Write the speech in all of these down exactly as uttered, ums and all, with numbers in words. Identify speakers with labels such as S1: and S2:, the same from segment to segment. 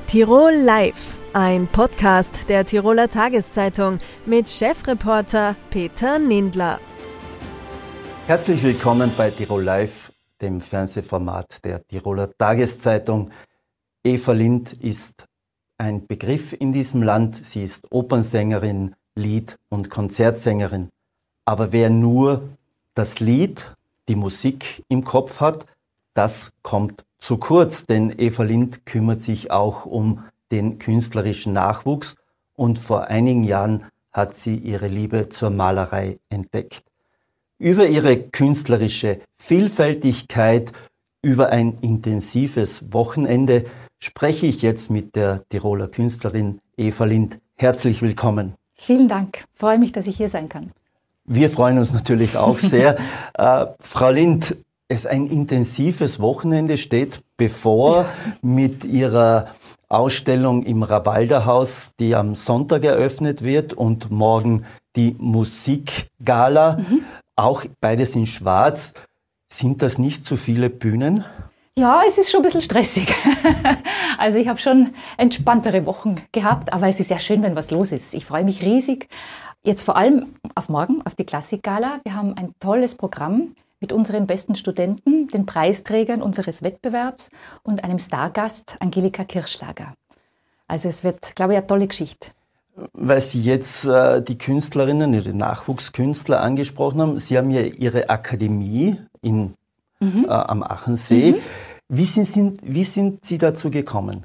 S1: Tirol Live, ein Podcast der Tiroler Tageszeitung mit Chefreporter Peter Nindler.
S2: Herzlich willkommen bei Tirol Live, dem Fernsehformat der Tiroler Tageszeitung. Eva Lind ist ein Begriff in diesem Land. Sie ist Opernsängerin, Lied- und Konzertsängerin. Aber wer nur das Lied, die Musik im Kopf hat, das kommt zu kurz, denn Eva Lind kümmert sich auch um den künstlerischen Nachwuchs und vor einigen Jahren hat sie ihre Liebe zur Malerei entdeckt. Über ihre künstlerische Vielfältigkeit, über ein intensives Wochenende spreche ich jetzt mit der Tiroler Künstlerin Eva Lind. Herzlich willkommen.
S3: Vielen Dank. Ich freue mich, dass ich hier sein kann.
S2: Wir freuen uns natürlich auch sehr. äh, Frau Lind, es ein intensives Wochenende steht bevor mit Ihrer Ausstellung im Rabalderhaus, die am Sonntag eröffnet wird, und morgen die Musikgala, mhm. auch beides in Schwarz. Sind das nicht zu viele Bühnen?
S3: Ja, es ist schon ein bisschen stressig. Also ich habe schon entspanntere Wochen gehabt, aber es ist ja schön, wenn was los ist. Ich freue mich riesig. Jetzt vor allem auf morgen, auf die Klassikgala. Wir haben ein tolles Programm mit unseren besten Studenten, den Preisträgern unseres Wettbewerbs und einem Stargast, Angelika Kirchschlager. Also es wird, glaube ich, eine tolle Geschichte.
S2: Weil Sie jetzt äh, die Künstlerinnen, die Nachwuchskünstler angesprochen haben, Sie haben ja Ihre Akademie in, mhm. äh, am Achensee. Mhm. Wie sind, sind, wie sind Sie dazu gekommen?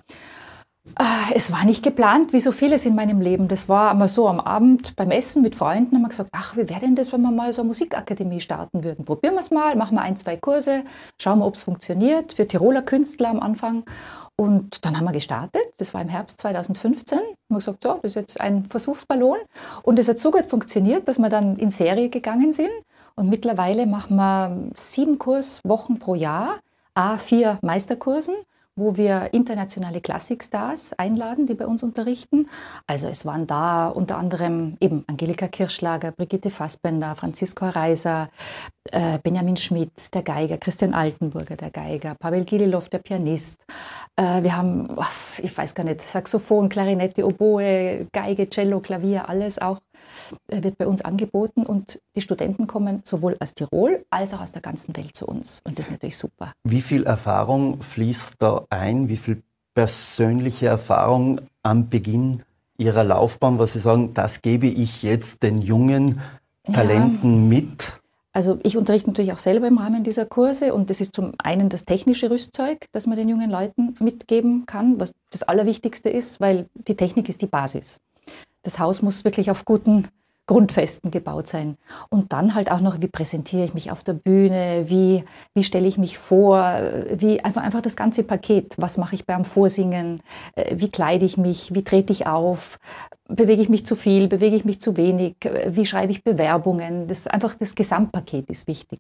S3: Es war nicht geplant, wie so vieles in meinem Leben. Das war einmal so am Abend beim Essen mit Freunden, haben wir gesagt, ach, wie wäre denn das, wenn wir mal so eine Musikakademie starten würden? Probieren wir es mal, machen wir ein, zwei Kurse, schauen wir, ob es funktioniert, für Tiroler Künstler am Anfang. Und dann haben wir gestartet, das war im Herbst zweitausendfünfzehn. Haben wir gesagt, so, das ist jetzt ein Versuchsballon. Und es hat so gut funktioniert, dass wir dann in Serie gegangen sind. Und mittlerweile machen wir sieben Kurswochen pro Jahr, a vier Meisterkursen, wo wir internationale Klassikstars einladen, die bei uns unterrichten. Also es waren da unter anderem eben Angelika Kirchschlager, Brigitte Fassbender, Franziska Reiser, äh, Benjamin Schmidt, der Geiger, Christian Altenburger, der Geiger, Pavel Gililov, der Pianist. Äh, wir haben, oh, ich weiß gar nicht, Saxophon, Klarinette, Oboe, Geige, Cello, Klavier, alles auch äh, wird bei uns angeboten. Und die Studenten kommen sowohl aus Tirol als auch aus der ganzen Welt zu uns. Und das ist natürlich super.
S2: Wie viel Erfahrung fließt da ein? Wie viel persönliche Erfahrung am Beginn Ihrer Laufbahn, was Sie sagen, das gebe ich jetzt den jungen Talenten ja. mit?
S3: Also ich unterrichte natürlich auch selber im Rahmen dieser Kurse und das ist zum einen das technische Rüstzeug, das man den jungen Leuten mitgeben kann, was das Allerwichtigste ist, weil die Technik ist die Basis. Das Haus muss wirklich auf guten Grundfesten gebaut sein. Und dann halt auch noch, wie präsentiere ich mich auf der Bühne, wie, wie stelle ich mich vor, wie einfach, einfach das ganze Paket. Was mache ich beim Vorsingen, wie kleide ich mich, wie trete ich auf, bewege ich mich zu viel, bewege ich mich zu wenig, wie schreibe ich Bewerbungen. Das, einfach das Gesamtpaket ist wichtig.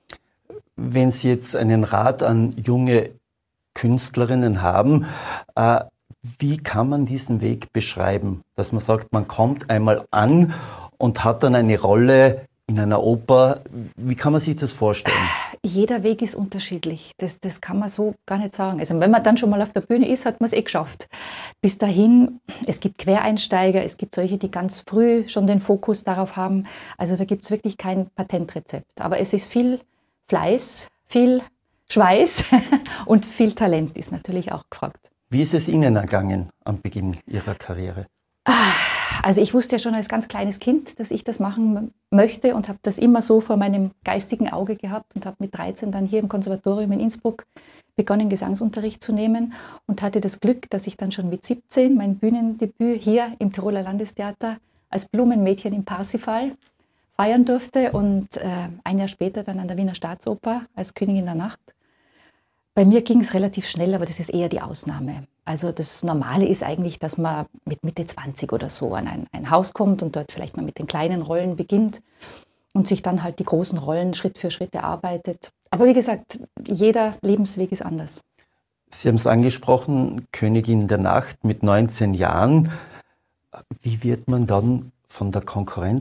S2: Wenn Sie jetzt einen Rat an junge Künstlerinnen haben, äh, wie kann man diesen Weg beschreiben? Dass man sagt, man kommt einmal an und hat dann eine Rolle in einer Oper. Wie kann man sich das vorstellen?
S3: Jeder Weg ist unterschiedlich. Das, das kann man so gar nicht sagen. Also wenn man dann schon mal auf der Bühne ist, hat man es eh geschafft. Bis dahin, es gibt Quereinsteiger, es gibt solche, die ganz früh schon den Fokus darauf haben. Also da gibt es wirklich kein Patentrezept. Aber es ist viel Fleiß, viel Schweiß und viel Talent ist natürlich auch gefragt.
S2: Wie ist es Ihnen ergangen am Beginn Ihrer Karriere?
S3: Also ich wusste ja schon als ganz kleines Kind, dass ich das machen möchte und habe das immer so vor meinem geistigen Auge gehabt und habe mit dreizehn dann hier im Konservatorium in Innsbruck begonnen, Gesangsunterricht zu nehmen und hatte das Glück, dass ich dann schon mit siebzehn mein Bühnendebüt hier im Tiroler Landestheater als Blumenmädchen im Parsifal feiern durfte und äh, ein Jahr später dann an der Wiener Staatsoper als Königin der Nacht. Bei mir ging es relativ schnell, aber das ist eher die Ausnahme. Also das Normale ist eigentlich, dass man mit Mitte zwanzig oder so an ein, ein Haus kommt und dort vielleicht mal mit den kleinen Rollen beginnt und sich dann halt die großen Rollen Schritt für Schritt erarbeitet. Aber wie gesagt, jeder Lebensweg ist anders.
S2: Sie haben es angesprochen, Königin der Nacht mit neunzehn Jahren. Wie wird man dann von der Konkurrenz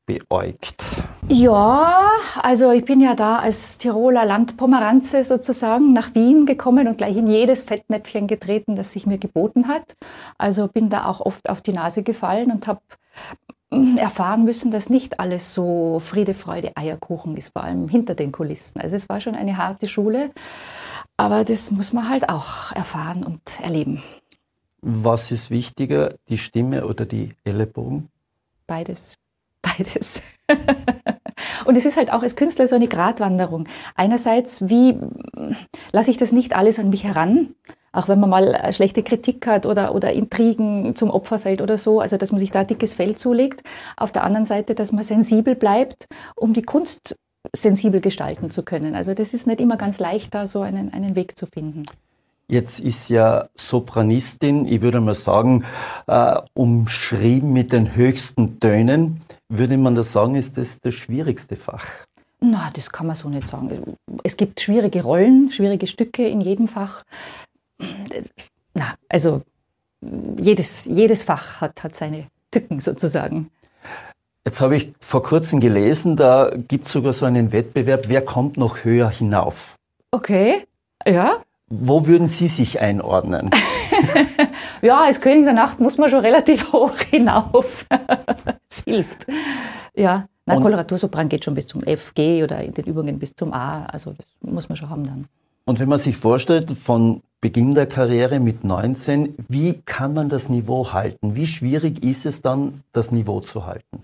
S2: beäugt?
S3: Ja, also ich bin ja da als Tiroler Landpomeranze sozusagen nach Wien gekommen und gleich in jedes Fettnäpfchen getreten, das sich mir geboten hat. Also bin da auch oft auf die Nase gefallen und habe erfahren müssen, dass nicht alles so Friede, Freude, Eierkuchen ist, vor allem hinter den Kulissen. Also es war schon eine harte Schule, aber das muss man halt auch erfahren und erleben.
S2: Was ist wichtiger, die Stimme oder die Ellenbogen?
S3: Beides. Beides. Und es ist halt auch als Künstler so eine Gratwanderung. Einerseits, wie lasse ich das nicht alles an mich heran, auch wenn man mal eine schlechte Kritik hat oder, oder Intrigen zum Opfer fällt oder so, also dass man sich da dickes Fell zulegt. Auf der anderen Seite, dass man sensibel bleibt, um die Kunst sensibel gestalten zu können. Also das ist nicht immer ganz leicht, da so einen, einen Weg zu finden.
S2: Jetzt ist ja Sopranistin, ich würde mal sagen, äh, umschrieben mit den höchsten Tönen. Würde man das sagen, ist das das schwierigste Fach?
S3: Na, das kann man so nicht sagen. Es gibt schwierige Rollen, schwierige Stücke in jedem Fach. Na, also jedes, jedes Fach hat, hat seine Tücken sozusagen.
S2: Jetzt habe ich vor kurzem gelesen, da gibt es sogar so einen Wettbewerb, wer kommt noch höher hinauf?
S3: Okay, ja.
S2: Wo würden Sie sich einordnen?
S3: Ja, als König der Nacht muss man schon relativ hoch hinauf. Es hilft. Ja, na, Koloratursopran geht schon bis zum F, G oder in den Übungen bis zum A. Also das muss man schon haben dann.
S2: Und wenn man sich vorstellt, von Beginn der Karriere mit neunzehn, wie kann man das Niveau halten? Wie schwierig ist es dann, das Niveau zu halten?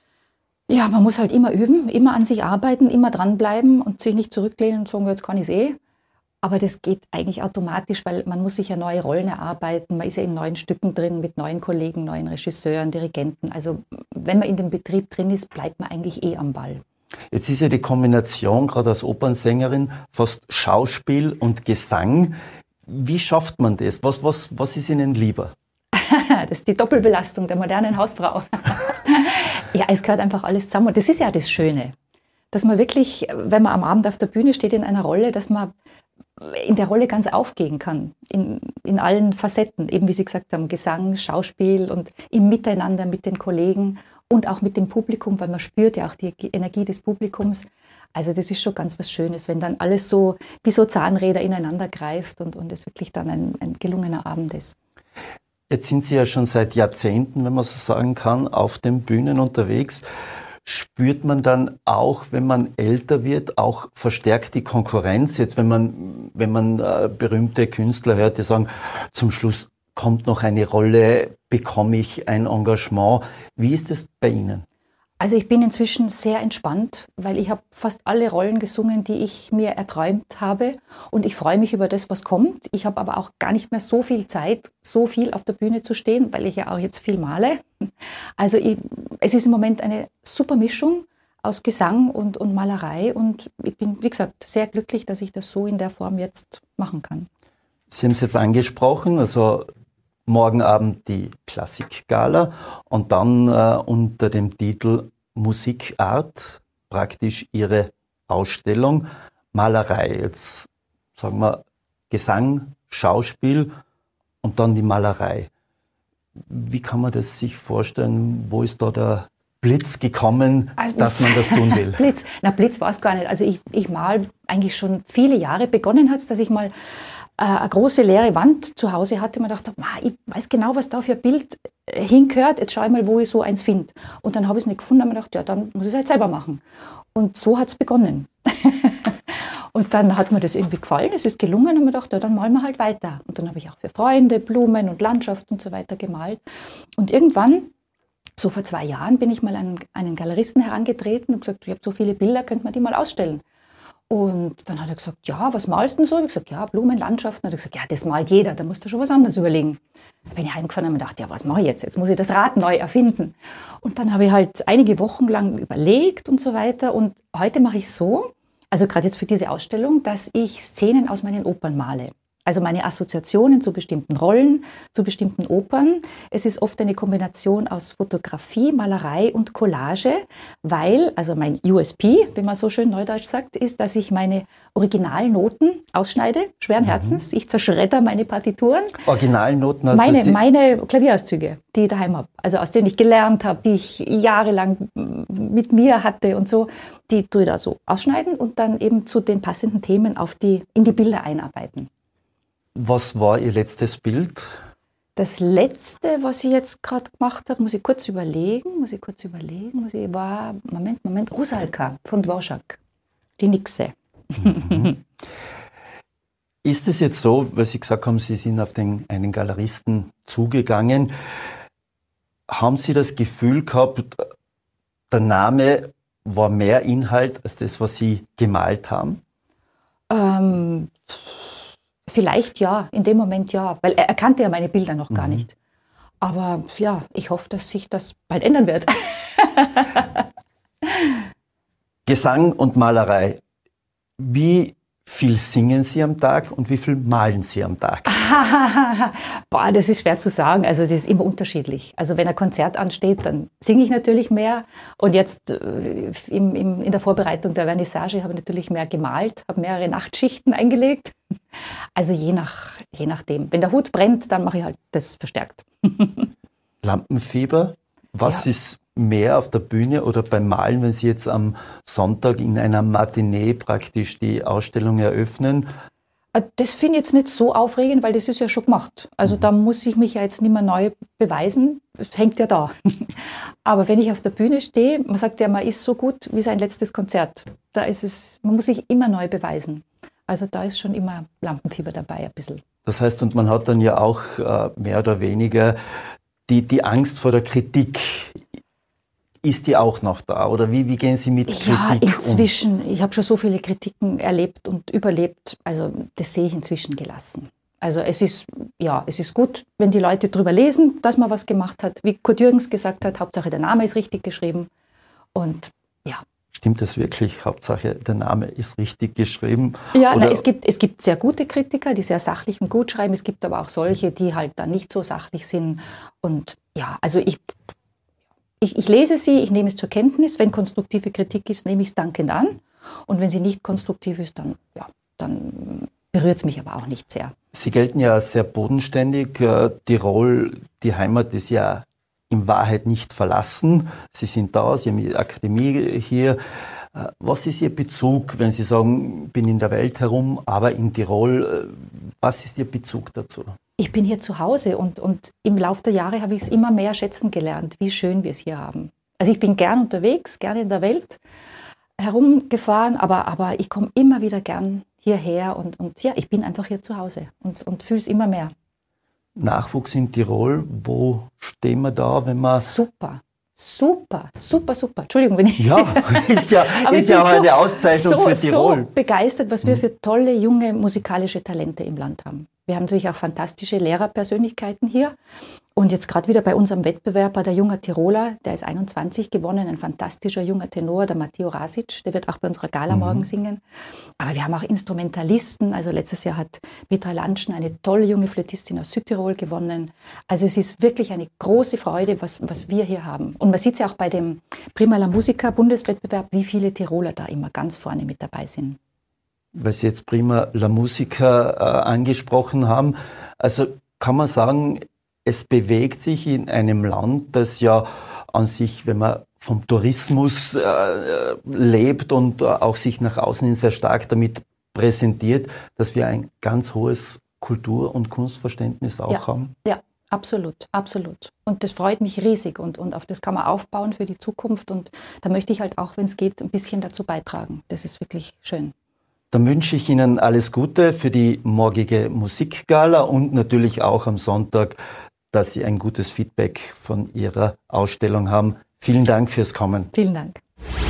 S3: Ja, man muss halt immer üben, immer an sich arbeiten, immer dranbleiben und sich nicht zurücklehnen und sagen, jetzt kann ich es eh. Aber das geht eigentlich automatisch, weil man muss sich ja neue Rollen erarbeiten. Man ist ja in neuen Stücken drin mit neuen Kollegen, neuen Regisseuren, Dirigenten. Also wenn man in dem Betrieb drin ist, bleibt man eigentlich eh am Ball.
S2: Jetzt ist ja die Kombination, gerade als Opernsängerin, fast Schauspiel und Gesang. Wie schafft man das? Was, was, was ist Ihnen lieber?
S3: Das ist die Doppelbelastung der modernen Hausfrau. Ja, es gehört einfach alles zusammen. Und das ist ja das Schöne, dass man wirklich, wenn man am Abend auf der Bühne steht in einer Rolle, dass man in der Rolle ganz aufgehen kann, in, in allen Facetten, eben wie Sie gesagt haben, Gesang, Schauspiel und im Miteinander mit den Kollegen und auch mit dem Publikum, weil man spürt ja auch die Energie des Publikums. Also das ist schon ganz was Schönes, wenn dann alles so wie so Zahnräder ineinander greift und, und es wirklich dann ein, ein gelungener Abend ist.
S2: Jetzt sind Sie ja schon seit Jahrzehnten, wenn man so sagen kann, auf den Bühnen unterwegs. Spürt man dann auch, wenn man älter wird, auch verstärkt die Konkurrenz? Jetzt, wenn man, wenn man äh, berühmte Künstler hört, die sagen, zum Schluss kommt noch eine Rolle, bekomme ich ein Engagement. Wie ist es bei Ihnen?
S3: Also ich bin inzwischen sehr entspannt, weil ich habe fast alle Rollen gesungen, die ich mir erträumt habe. Und ich freue mich über das, was kommt. Ich habe aber auch gar nicht mehr so viel Zeit, so viel auf der Bühne zu stehen, weil ich ja auch jetzt viel male. Also ich, es ist im Moment eine super Mischung aus Gesang und, und Malerei. Und ich bin, wie gesagt, sehr glücklich, dass ich das so in der Form jetzt machen kann.
S2: Sie haben es jetzt angesprochen, also morgen Abend die Klassikgala und dann äh, unter dem Titel Musikart praktisch Ihre Ausstellung Malerei. Jetzt sagen wir Gesang, Schauspiel und dann die Malerei. Wie kann man das sich vorstellen? Wo ist da der Blitz gekommen, also, dass man das tun will?
S3: Blitz, na Blitz war es gar nicht. Also ich, ich mal eigentlich schon viele Jahre. Begonnen hat es, dass ich mal eine große leere Wand zu Hause hatte. Man dachte, ich weiß genau, was da für ein Bild hingehört. Jetzt schau ich mal, wo ich so eins finde. Und dann habe ich es nicht gefunden. Und mir gedacht, ja, dann muss ich es halt selber machen. Und so hat es begonnen. Und dann hat mir das irgendwie gefallen. Es ist gelungen. Und mir gedacht, ja, dann malen wir halt weiter. Und dann habe ich auch für Freunde Blumen und Landschaft und so weiter gemalt. Und irgendwann, so vor zwei Jahren, bin ich mal an einen Galeristen herangetreten und gesagt, ich habe so viele Bilder, könnte man die mal ausstellen? Und dann hat er gesagt, ja, was malst du denn so? Ich habe gesagt, ja, Blumenlandschaften. Und er hat gesagt, ja, das malt jeder, da musst du schon was anderes überlegen. Da bin ich heimgefahren und habe mir gedacht, ja, was mache ich jetzt? Jetzt muss ich das Rad neu erfinden. Und dann habe ich halt einige Wochen lang überlegt und so weiter. Und heute mache ich so, also gerade jetzt für diese Ausstellung, dass ich Szenen aus meinen Opern male. Also meine Assoziationen zu bestimmten Rollen, zu bestimmten Opern. Es ist oft eine Kombination aus Fotografie, Malerei und Collage, weil, also mein U S P, wie man so schön neudeutsch sagt, ist, dass ich meine Originalnoten ausschneide, schweren Herzens. Ich zerschredder meine Partituren.
S2: Originalnoten? Also
S3: meine, meine Klavierauszüge, die ich daheim habe, also aus denen ich gelernt habe, die ich jahrelang mit mir hatte und so, die tue ich da so ausschneiden und dann eben zu den passenden Themen auf die, in die Bilder einarbeiten.
S2: Was war Ihr letztes Bild?
S3: Das letzte, was ich jetzt gerade gemacht habe, muss ich kurz überlegen, muss ich kurz überlegen, muss ich, war, Moment, Moment, Rusalka von Dvorak, die Nixe.
S2: Mhm. Ist es jetzt so, weil Sie gesagt haben, Sie sind auf den, einen Galeristen zugegangen, haben Sie das Gefühl gehabt, der Name war mehr Inhalt als das, was Sie gemalt haben?
S3: Ähm, vielleicht ja, in dem Moment ja, weil er, er kannte ja meine Bilder noch gar mhm. nicht. Aber ja, ich hoffe, dass sich das bald ändern wird.
S2: Gesang und Malerei. Wie viel singen Sie am Tag und wie viel malen Sie am Tag?
S3: Boah, das ist schwer zu sagen. Also das ist immer unterschiedlich. Also wenn ein Konzert ansteht, dann singe ich natürlich mehr. Und jetzt äh, im, im, in der Vorbereitung der Vernissage habe ich natürlich mehr gemalt, habe mehrere Nachtschichten eingelegt. Also je, nach, je nachdem. Wenn der Hut brennt, dann mache ich halt das verstärkt.
S2: Lampenfieber, was
S3: Ja.
S2: ist mehr auf der Bühne oder beim Malen, wenn Sie jetzt am Sonntag in einer Matinee praktisch die Ausstellung eröffnen?
S3: Das finde ich jetzt nicht so aufregend, weil das ist ja schon gemacht. Also
S2: Mhm.
S3: da muss ich mich ja jetzt nicht mehr neu beweisen. Es hängt ja da. Aber wenn ich auf der Bühne stehe, man sagt ja, man ist so gut wie sein letztes Konzert. Da ist es, man muss sich immer neu beweisen. Also da ist schon immer Lampenfieber dabei, ein bisschen.
S2: Das heißt, und man hat dann ja auch äh, mehr oder weniger die, die Angst vor der Kritik. Ist die auch noch da? Oder wie, wie gehen Sie mit
S3: Ja,
S2: Kritik
S3: inzwischen. Ich habe schon so viele Kritiken erlebt und überlebt. Also das sehe ich inzwischen gelassen. Also es ist, ja, es ist gut, wenn die Leute drüber lesen, dass man was gemacht hat. Wie Kurt Jürgens gesagt hat, Hauptsache der Name ist richtig geschrieben. Und ja.
S2: Stimmt das wirklich? Hauptsache der Name ist richtig geschrieben?
S3: Ja,
S2: Oder
S3: na, es gibt, es gibt sehr gute Kritiker, die sehr sachlich und gut schreiben. Es gibt aber auch solche, die halt dann nicht so sachlich sind. Und ja, also ich... Ich, ich lese sie, ich nehme es zur Kenntnis. Wenn konstruktive Kritik ist, nehme ich es dankend an. Und wenn sie nicht konstruktiv ist, dann, ja, dann berührt es mich aber auch nicht sehr.
S2: Sie gelten ja als sehr bodenständig. Äh, Tirol, die Heimat ist ja in Wahrheit nicht verlassen. Sie sind da, Sie haben die Akademie hier. Äh, Was ist Ihr Bezug, wenn Sie sagen, ich bin in der Welt herum, aber in Tirol? Äh, Was ist Ihr Bezug dazu?
S3: Ich bin hier zu Hause und, und im Laufe der Jahre habe ich es immer mehr schätzen gelernt, wie schön wir es hier haben. Also ich bin gern unterwegs, gerne in der Welt herumgefahren, aber, aber ich komme immer wieder gern hierher und, und ja, ich bin einfach hier zu Hause und, und fühle es immer mehr.
S2: Nachwuchs in Tirol, wo stehen wir da, wenn man...
S3: Super. Super, super, super. Entschuldigung, wenn ich...
S2: Ja, ist ja, ist ja auch eine Auszeichnung
S3: so,
S2: für Tirol.
S3: So begeistert, was wir für tolle, junge musikalische Talente im Land haben. Wir haben natürlich auch fantastische Lehrerpersönlichkeiten hier. Und jetzt gerade wieder bei unserem Wettbewerb bei der Junger Tiroler, der ist einundzwanzig gewonnen, ein fantastischer junger Tenor, der Matteo Rasic, der wird auch bei unserer Gala
S2: Mhm.
S3: morgen singen. Aber wir haben auch Instrumentalisten, also letztes Jahr hat Petra Lantschen, eine tolle junge Flötistin aus Südtirol, gewonnen. Also es ist wirklich eine große Freude, was, was wir hier haben. Und man sieht es ja auch bei dem Prima la Musica Bundeswettbewerb, wie viele Tiroler da immer ganz vorne mit dabei sind.
S2: Weil Sie jetzt Prima la Musica äh, angesprochen haben. Also kann man sagen, es bewegt sich in einem Land, das ja an sich, wenn man vom Tourismus äh, lebt und äh, auch sich nach außen hin sehr stark damit präsentiert, dass wir ein ganz hohes Kultur- und Kunstverständnis auch
S3: Ja.
S2: haben.
S3: Ja, absolut, absolut. Und das freut mich riesig und, und auf das kann man aufbauen für die Zukunft. Und da möchte ich halt auch, wenn es geht, ein bisschen dazu beitragen. Das ist wirklich schön.
S2: Dann wünsche ich Ihnen alles Gute für die morgige Musikgala und natürlich auch am Sonntag, dass Sie ein gutes Feedback von Ihrer Ausstellung haben. Vielen Dank fürs Kommen.
S3: Vielen Dank.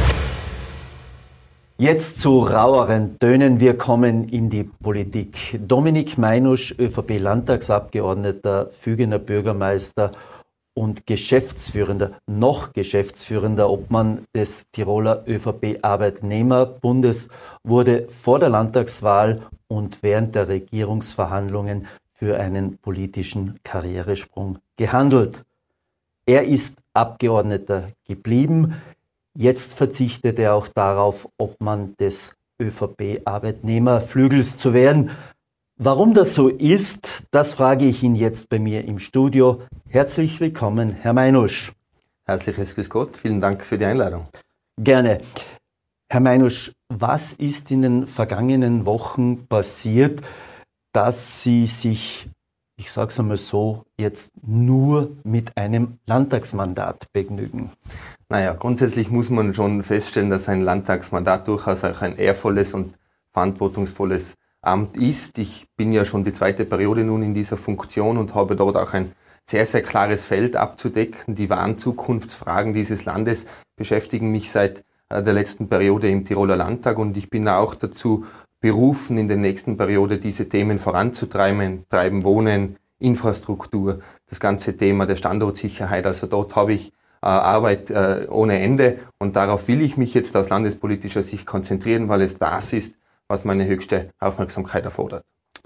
S2: Jetzt zu raueren Tönen. Wir kommen in die Politik. Dominik Meinusch, ÖVP-Landtagsabgeordneter, Fügener Bürgermeister und Geschäftsführender, noch Geschäftsführender Obmann des Tiroler ÖVP-Arbeitnehmerbundes, wurde vor der Landtagswahl und während der Regierungsverhandlungen für einen politischen Karrieresprung gehandelt. Er ist Abgeordneter geblieben. Jetzt verzichtet er auch darauf, Obmann des ÖVP-Arbeitnehmerflügels zu werden. Warum das so ist, das frage ich ihn jetzt bei mir im Studio. Herzlich willkommen, Herr Meinusch.
S4: Herzliches Grüß Gott, vielen Dank für die Einladung.
S2: Gerne. Herr Meinusch, was ist in den vergangenen Wochen passiert, dass Sie sich, ich sage es einmal so, jetzt nur mit einem Landtagsmandat begnügen?
S4: Naja, grundsätzlich muss man schon feststellen, dass ein Landtagsmandat durchaus auch ein ehrvolles und verantwortungsvolles Amt ist. Ich bin ja schon die zweite Periode nun in dieser Funktion und habe dort auch ein sehr, sehr klares Feld abzudecken. Die wahren Zukunftsfragen dieses Landes beschäftigen mich seit der letzten Periode im Tiroler Landtag und ich bin auch dazu berufen, in der nächsten Periode diese Themen voranzutreiben, treiben, Wohnen, Infrastruktur, das ganze Thema der Standortsicherheit. Also dort habe ich äh, Arbeit äh, ohne Ende und darauf will ich mich jetzt aus landespolitischer Sicht konzentrieren, weil es das ist, was meine höchste Aufmerksamkeit erfordert.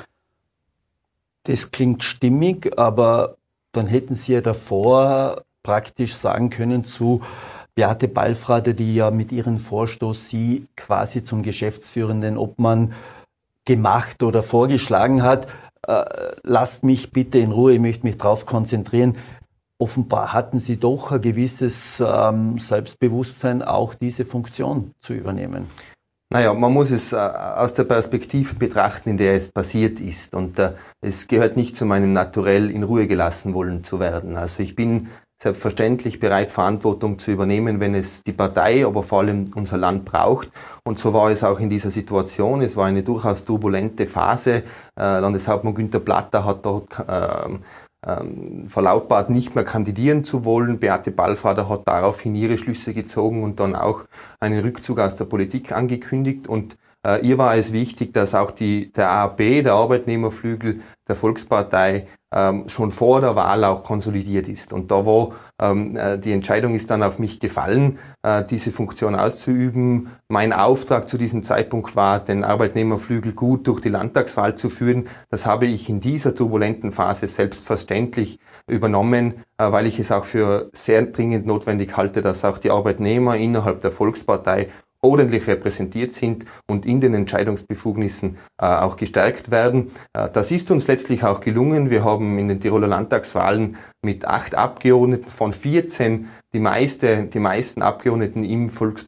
S2: Das klingt stimmig, aber dann hätten Sie ja davor praktisch sagen können zu Beate Balfrader, die ja mit ihrem Vorstoß Sie quasi zum geschäftsführenden Obmann gemacht oder vorgeschlagen hat, äh, lasst mich bitte in Ruhe, ich möchte mich darauf konzentrieren. Offenbar hatten Sie doch ein gewisses ähm, Selbstbewusstsein, auch diese Funktion zu übernehmen.
S4: Naja, man muss es äh, aus der Perspektive betrachten, in der es passiert ist. Und äh, es gehört nicht zu meinem Naturell, in Ruhe gelassen wollen zu werden. Also ich bin selbstverständlich bereit, Verantwortung zu übernehmen, wenn es die Partei, aber vor allem unser Land braucht. Und so war es auch in dieser Situation. Es war eine durchaus turbulente Phase. Äh, Landeshauptmann Günther Platter hat dort äh, ähm, verlautbart, nicht mehr kandidieren zu wollen. Beate Balfrader hat daraufhin ihre Schlüsse gezogen und dann auch einen Rückzug aus der Politik angekündigt. Und äh, ihr war es wichtig, dass auch die, der A A B, der Arbeitnehmerflügel der Volkspartei, ähm, schon vor der Wahl auch konsolidiert ist. Und da war ähm, die Entscheidung ist dann auf mich gefallen, äh, diese Funktion auszuüben. Mein Auftrag zu diesem Zeitpunkt war, den Arbeitnehmerflügel gut durch die Landtagswahl zu führen. Das habe ich in dieser turbulenten Phase selbstverständlich übernommen, äh, weil ich es auch für sehr dringend notwendig halte, dass auch die Arbeitnehmer innerhalb der Volkspartei ordentlich repräsentiert sind und in den Entscheidungsbefugnissen äh, auch gestärkt werden. Äh, das ist uns letztlich auch gelungen. Wir haben in den Tiroler Landtagswahlen mit acht Abgeordneten von vierzehn die, meiste, die meisten Abgeordneten im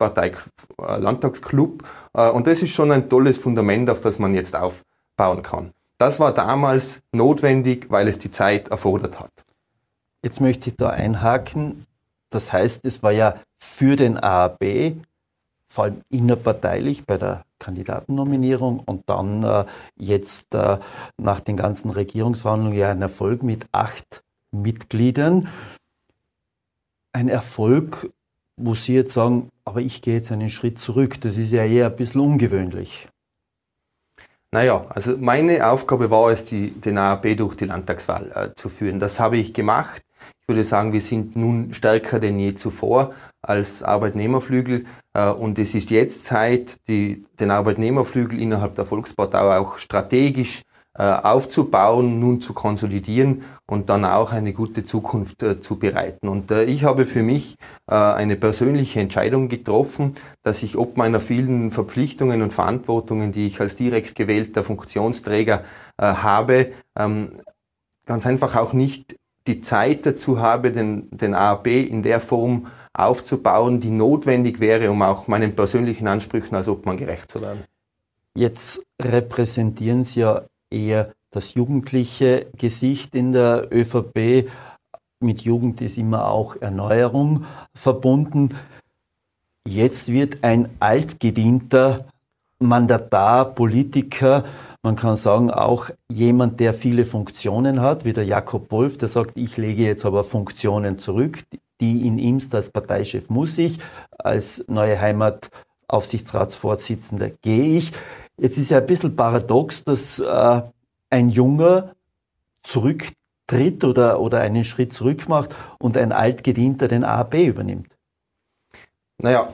S4: Volkspartei-Landtagsclub. Äh, und das ist schon ein tolles Fundament, auf das man jetzt aufbauen kann. Das war damals notwendig, weil es die Zeit erfordert hat.
S2: Jetzt möchte ich da einhaken. Das heißt, es war ja für den A A B vor allem innerparteilich bei der Kandidatennominierung und dann äh, jetzt äh, nach den ganzen Regierungsverhandlungen ja ein Erfolg mit acht Mitgliedern. Ein Erfolg, wo Sie jetzt sagen, aber ich gehe jetzt einen Schritt zurück. Das ist ja eher ein bisschen ungewöhnlich.
S4: Naja, also meine Aufgabe war es, die, den A A B durch die Landtagswahl äh, zu führen. Das habe ich gemacht. Ich würde sagen, wir sind nun stärker denn je zuvor als Arbeitnehmerflügel äh, und es ist jetzt Zeit, die, den Arbeitnehmerflügel innerhalb der Volkspartei auch strategisch äh, aufzubauen, nun zu konsolidieren und dann auch eine gute Zukunft äh, zu bereiten. Und äh, ich habe für mich äh, eine persönliche Entscheidung getroffen, dass ich ob meiner vielen Verpflichtungen und Verantwortungen, die ich als direkt gewählter Funktionsträger äh, habe, ähm, ganz einfach auch nicht die Zeit dazu habe, den, den A A B in der Form aufzubauen, die notwendig wäre, um auch meinen persönlichen Ansprüchen als Obmann gerecht zu werden.
S2: Jetzt repräsentieren Sie ja eher das jugendliche Gesicht in der ÖVP. Mit Jugend ist immer auch Erneuerung verbunden. Jetzt wird ein altgedienter Mandatar, Politiker, man kann sagen, auch jemand, der viele Funktionen hat, wie der Jakob Wolf, der sagt, ich lege jetzt aber Funktionen zurück, die in Imst als Parteichef muss ich, als Neue Heimat Aufsichtsratsvorsitzender gehe ich. Jetzt ist ja ein bisschen paradox, dass äh, ein Junger zurücktritt tritt oder, oder einen Schritt zurück macht und ein Altgedienter den A A B übernimmt?
S4: Naja,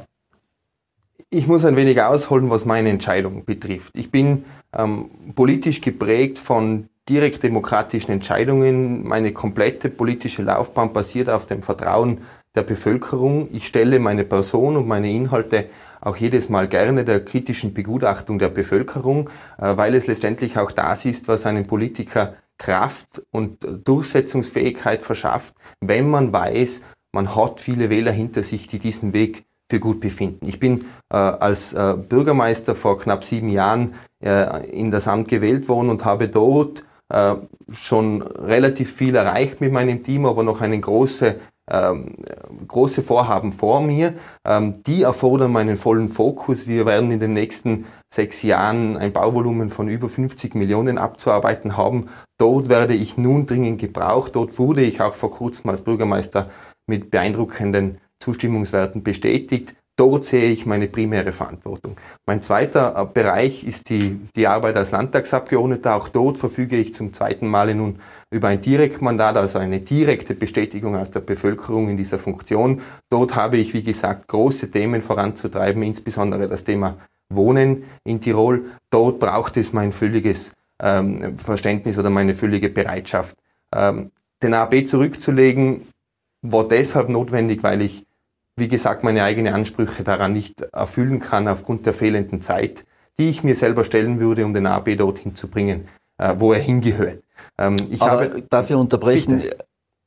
S4: ich muss ein wenig ausholen, was meine Entscheidung betrifft. Ich bin ähm, politisch geprägt von direkt demokratischen Entscheidungen. Meine komplette politische Laufbahn basiert auf dem Vertrauen der Bevölkerung. Ich stelle meine Person und meine Inhalte auch jedes Mal gerne der kritischen Begutachtung der Bevölkerung, äh, weil es letztendlich auch das ist, was einem Politiker Kraft und Durchsetzungsfähigkeit verschafft, wenn man weiß, man hat viele Wähler hinter sich, die diesen Weg für gut befinden. Ich bin äh, als äh, Bürgermeister vor knapp sieben Jahren äh, in das Amt gewählt worden und habe dort äh, schon relativ viel erreicht mit meinem Team, aber noch eine große Ähm, große Vorhaben vor mir, ähm, die erfordern meinen vollen Fokus. Wir werden in den nächsten sechs Jahren ein Bauvolumen von über fünfzig Millionen abzuarbeiten haben. Dort werde ich nun dringend gebraucht. Dort wurde ich auch vor kurzem als Bürgermeister mit beeindruckenden Zustimmungswerten bestätigt. Dort sehe ich meine primäre Verantwortung. Mein zweiter Bereich ist die, die Arbeit als Landtagsabgeordneter. Auch dort verfüge ich zum zweiten Mal nun über ein Direktmandat, also eine direkte Bestätigung aus der Bevölkerung in dieser Funktion. Dort habe ich, wie gesagt, große Themen voranzutreiben, insbesondere das Thema Wohnen in Tirol. Dort braucht es mein völliges ähm, Verständnis oder meine völlige Bereitschaft. Ähm, den A A B zurückzulegen war deshalb notwendig, weil ich wie gesagt, meine eigenen Ansprüche daran nicht erfüllen kann aufgrund der fehlenden Zeit, die ich mir selber stellen würde, um den A A B dorthin zu bringen, äh, wo er hingehört. Ähm, ich
S2: Aber
S4: habe,
S2: darf ich unterbrechen?
S4: Bitte.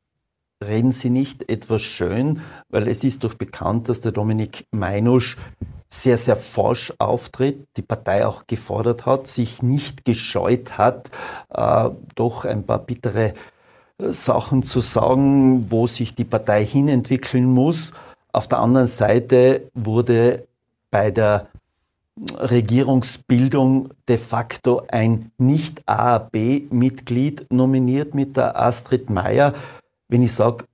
S2: Reden Sie nicht etwas schön, weil es ist doch bekannt, dass der Dominik Meinusch sehr, sehr forsch auftritt, die Partei auch gefordert hat, sich nicht gescheut hat, äh, doch ein paar bittere Sachen zu sagen, wo sich die Partei hinentwickeln muss. Auf der anderen Seite wurde bei der Regierungsbildung de facto ein Nicht-A A B-Mitglied nominiert mit der Astrid Maier. Wenn ich sage,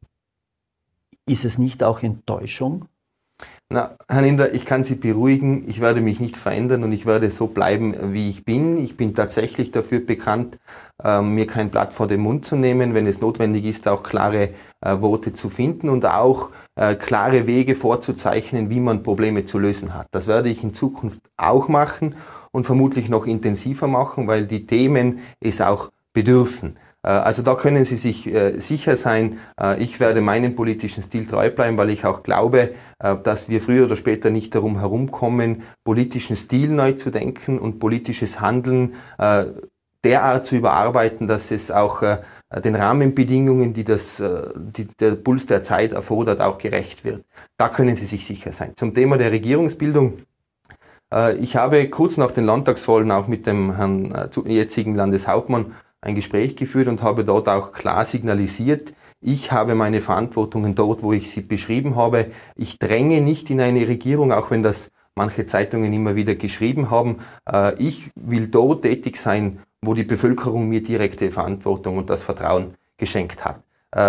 S2: ist es nicht auch Enttäuschung?
S4: Na, Herr Linder, ich kann Sie beruhigen, ich werde mich nicht verändern und ich werde so bleiben, wie ich bin. Ich bin tatsächlich dafür bekannt, äh, mir kein Blatt vor den Mund zu nehmen, wenn es notwendig ist, auch klare äh, Worte zu finden und auch äh, klare Wege vorzuzeichnen, wie man Probleme zu lösen hat. Das werde ich in Zukunft auch machen und vermutlich noch intensiver machen, weil die Themen es auch bedürfen. Also da können Sie sich äh, sicher sein, äh, ich werde meinem politischen Stil treu bleiben, weil ich auch glaube, äh, dass wir früher oder später nicht darum herumkommen, politischen Stil neu zu denken und politisches Handeln äh, derart zu überarbeiten, dass es auch äh, den Rahmenbedingungen, die, das, äh, die der Puls der Zeit erfordert, auch gerecht wird. Da können Sie sich sicher sein. Zum Thema der Regierungsbildung. Äh, ich habe kurz nach den Landtagswahlen auch mit dem Herrn äh, jetzigen Landeshauptmann ein Gespräch geführt und habe dort auch klar signalisiert, ich habe meine Verantwortungen dort, wo ich sie beschrieben habe. Ich dränge nicht in eine Regierung, auch wenn das manche Zeitungen immer wieder geschrieben haben. Ich will dort tätig sein, wo die Bevölkerung mir direkte Verantwortung und das Vertrauen geschenkt hat.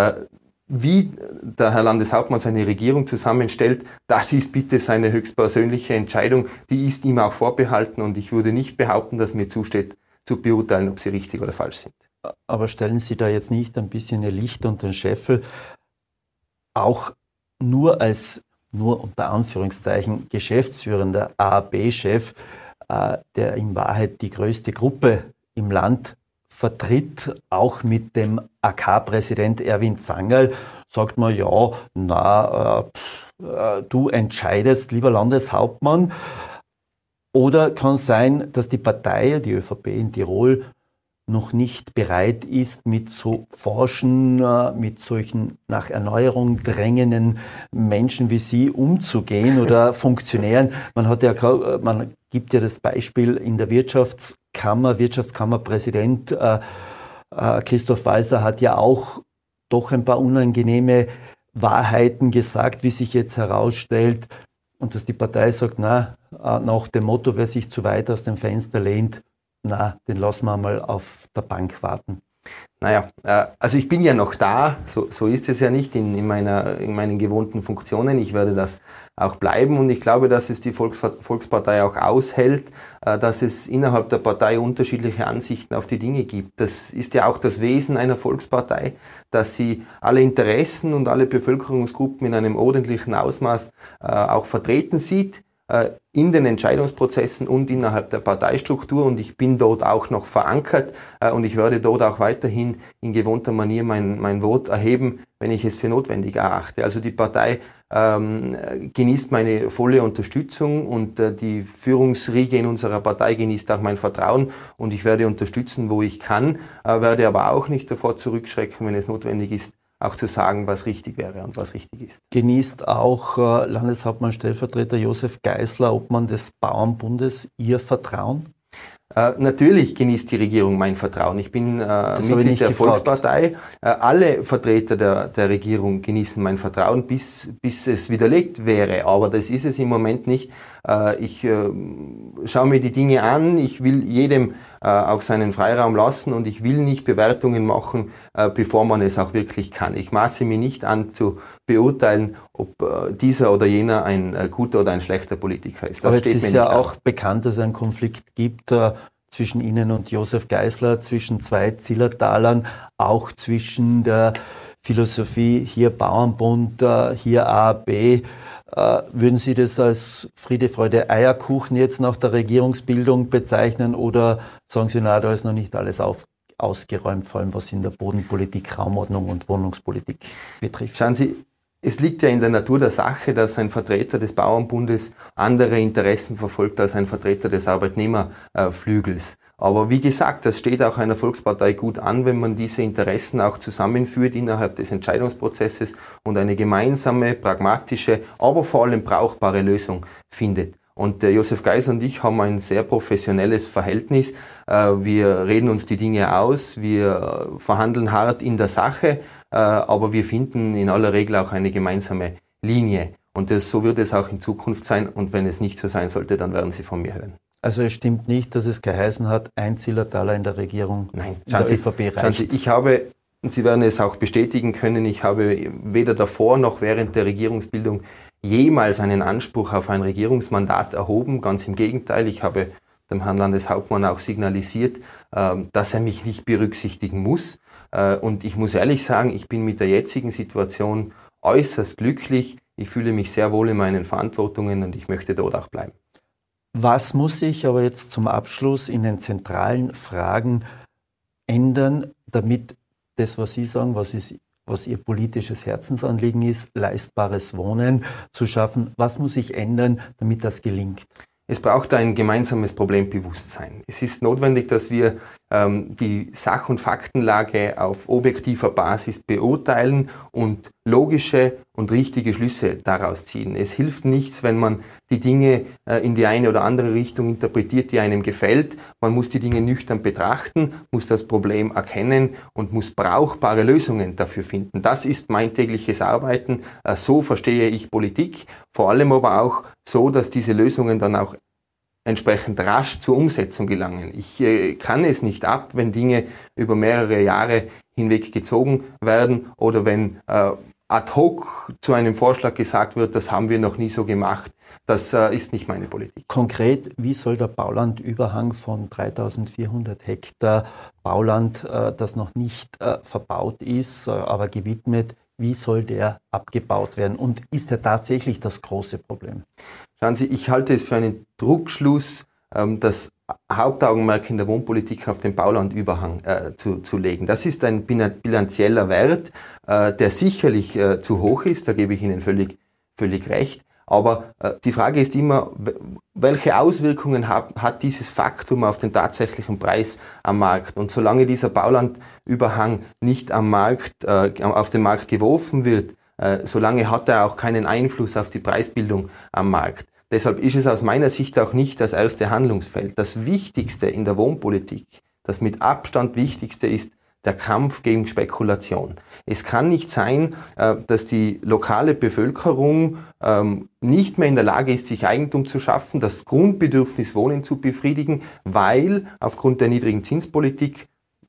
S4: Wie der Herr Landeshauptmann seine Regierung zusammenstellt, das ist bitte seine höchstpersönliche Entscheidung. Die ist ihm auch vorbehalten und ich würde nicht behaupten, dass mir zusteht, zu beurteilen, ob sie richtig oder falsch sind.
S2: Aber stellen Sie da jetzt nicht ein bisschen Ihr Licht unter den Scheffel, auch nur als, nur unter Anführungszeichen, geschäftsführender A A B-Chef, äh, der in Wahrheit die größte Gruppe im Land vertritt, auch mit dem A K-Präsident Erwin Zangerl, sagt man, ja, na, äh, du entscheidest, lieber Landeshauptmann. Oder kann es sein, dass die Partei, die ÖVP in Tirol, noch nicht bereit ist, mit so forschen, mit solchen nach Erneuerung drängenden Menschen wie Sie umzugehen oder Funktionären? Man hat ja, man gibt ja das Beispiel in der Wirtschaftskammer, Wirtschaftskammerpräsident äh, äh, Christoph Walser hat ja auch doch ein paar unangenehme Wahrheiten gesagt, wie sich jetzt herausstellt. Und dass die Partei sagt, na, nach dem Motto, wer sich zu weit aus dem Fenster lehnt, na, den lassen wir mal auf der Bank warten.
S4: Naja, äh, also ich bin ja noch da, so, so ist es ja nicht in, in, meiner, in meinen gewohnten Funktionen. Ich werde das auch bleiben und ich glaube, dass es die Volks, Volkspartei auch aushält, äh, dass es innerhalb der Partei unterschiedliche Ansichten auf die Dinge gibt. Das ist ja auch das Wesen einer Volkspartei, dass sie alle Interessen und alle Bevölkerungsgruppen in einem ordentlichen Ausmaß äh, auch vertreten sieht, in den Entscheidungsprozessen und innerhalb der Parteistruktur und ich bin dort auch noch verankert äh, und ich werde dort auch weiterhin in gewohnter Manier mein, mein Wort erheben, wenn ich es für notwendig erachte. Also die Partei ähm, genießt meine volle Unterstützung und äh, die Führungsriege in unserer Partei genießt auch mein Vertrauen und ich werde unterstützen, wo ich kann, äh, werde aber auch nicht davor zurückschrecken, wenn es notwendig ist, auch zu sagen, was richtig wäre und was richtig ist.
S2: Genießt auch äh, Landeshauptmann Stellvertreter Josef Geisler, Obmann des Bauernbundes, Ihr Vertrauen?
S4: Äh, natürlich genießt die Regierung mein Vertrauen. Ich bin äh, Mitglied der gefragt. Volkspartei. Äh, alle Vertreter der, der Regierung genießen mein Vertrauen, bis, bis es widerlegt wäre. Aber das ist es im Moment nicht. Äh, ich äh, schaue mir die Dinge an. Ich will jedem äh, auch seinen Freiraum lassen und ich will nicht Bewertungen machen, äh, bevor man es auch wirklich kann. Ich maße mir nicht an zu beurteilen, ob äh, dieser oder jener ein äh, guter oder ein schlechter Politiker ist. Das
S2: Aber
S4: steht
S2: jetzt ist
S4: mir
S2: ja
S4: nicht
S2: auch
S4: an.
S2: bekannt, dass es einen Konflikt gibt äh, zwischen Ihnen und Josef Geisler, zwischen zwei Zillertalern, auch zwischen der Philosophie, hier Bauernbund, äh, hier A A B. Äh, würden Sie das als Friede, Freude, Eierkuchen jetzt nach der Regierungsbildung bezeichnen oder sagen Sie, na, da ist noch nicht alles auf, ausgeräumt, vor allem was in der Bodenpolitik, Raumordnung und Wohnungspolitik betrifft?
S4: Schauen Sie, es liegt ja in der Natur der Sache, dass ein Vertreter des Bauernbundes andere Interessen verfolgt als ein Vertreter des Arbeitnehmerflügels. Aber wie gesagt, das steht auch einer Volkspartei gut an, wenn man diese Interessen auch zusammenführt innerhalb des Entscheidungsprozesses und eine gemeinsame, pragmatische, aber vor allem brauchbare Lösung findet. Und äh, Josef Geisler und ich haben ein sehr professionelles Verhältnis. Äh, wir reden uns die Dinge aus, wir äh, verhandeln hart in der Sache, äh, aber wir finden in aller Regel auch eine gemeinsame Linie. Und das, so wird es auch in Zukunft sein. Und wenn es nicht so sein sollte, dann werden Sie von mir hören.
S2: Also es stimmt nicht, dass es geheißen hat, ein Zillertaler in der Regierung,
S4: Nein,
S2: in der
S4: Sie,
S2: ÖVP reicht.
S4: schauen Sie, ich habe, und Sie werden es auch bestätigen können, ich habe weder davor noch während der Regierungsbildung jemals einen Anspruch auf ein Regierungsmandat erhoben. Ganz im Gegenteil, ich habe dem Herrn Landeshauptmann auch signalisiert, dass er mich nicht berücksichtigen muss. Und ich muss ehrlich sagen, ich bin mit der jetzigen Situation äußerst glücklich. Ich fühle mich sehr wohl in meinen Verantwortungen und ich möchte dort auch bleiben.
S2: Was muss sich aber jetzt zum Abschluss in den zentralen Fragen ändern, damit das, was Sie sagen, was, ist, was Ihr politisches Herzensanliegen ist, leistbares Wohnen zu schaffen, was muss sich ändern, damit das gelingt?
S4: Es braucht ein gemeinsames Problembewusstsein. Es ist notwendig, dass wir ähm, die Sach- und Faktenlage auf objektiver Basis beurteilen und logische und richtige Schlüsse daraus ziehen. Es hilft nichts, wenn man die Dinge äh, in die eine oder andere Richtung interpretiert, die einem gefällt. Man muss die Dinge nüchtern betrachten, muss das Problem erkennen und muss brauchbare Lösungen dafür finden. Das ist mein tägliches Arbeiten. Äh, so verstehe ich Politik, vor allem aber auch so, dass diese Lösungen dann auch entsprechend rasch zur Umsetzung gelangen. Ich äh, kann es nicht ab, wenn Dinge über mehrere Jahre hinweg gezogen werden oder wenn äh, ad hoc zu einem Vorschlag gesagt wird, das haben wir noch nie so gemacht. Das äh, ist nicht meine Politik.
S2: Konkret, wie soll der Baulandüberhang von dreitausendvierhundert Hektar Bauland, äh, das noch nicht äh, verbaut ist, äh, aber gewidmet, wie soll der abgebaut werden? Und ist er tatsächlich das große Problem?
S4: Schauen Sie, ich halte es für einen Druckschluss, ähm, das Hauptaugenmerk in der Wohnpolitik auf den Baulandüberhang äh, zu, zu legen. Das ist ein bilanzieller Wert, äh, der sicherlich äh, zu hoch ist, da gebe ich Ihnen völlig, völlig recht. Aber äh, die Frage ist immer, welche Auswirkungen hat, hat dieses Faktum auf den tatsächlichen Preis am Markt? Und solange dieser Baulandüberhang nicht am Markt, äh, auf den Markt geworfen wird, äh, solange hat er auch keinen Einfluss auf die Preisbildung am Markt. Deshalb ist es aus meiner Sicht auch nicht das erste Handlungsfeld. Das Wichtigste in der Wohnpolitik, das mit Abstand Wichtigste ist, der Kampf gegen Spekulation. Es kann nicht sein, dass die lokale Bevölkerung nicht mehr in der Lage ist, sich Eigentum zu schaffen, das Grundbedürfnis Wohnen zu befriedigen, weil aufgrund der niedrigen Zinspolitik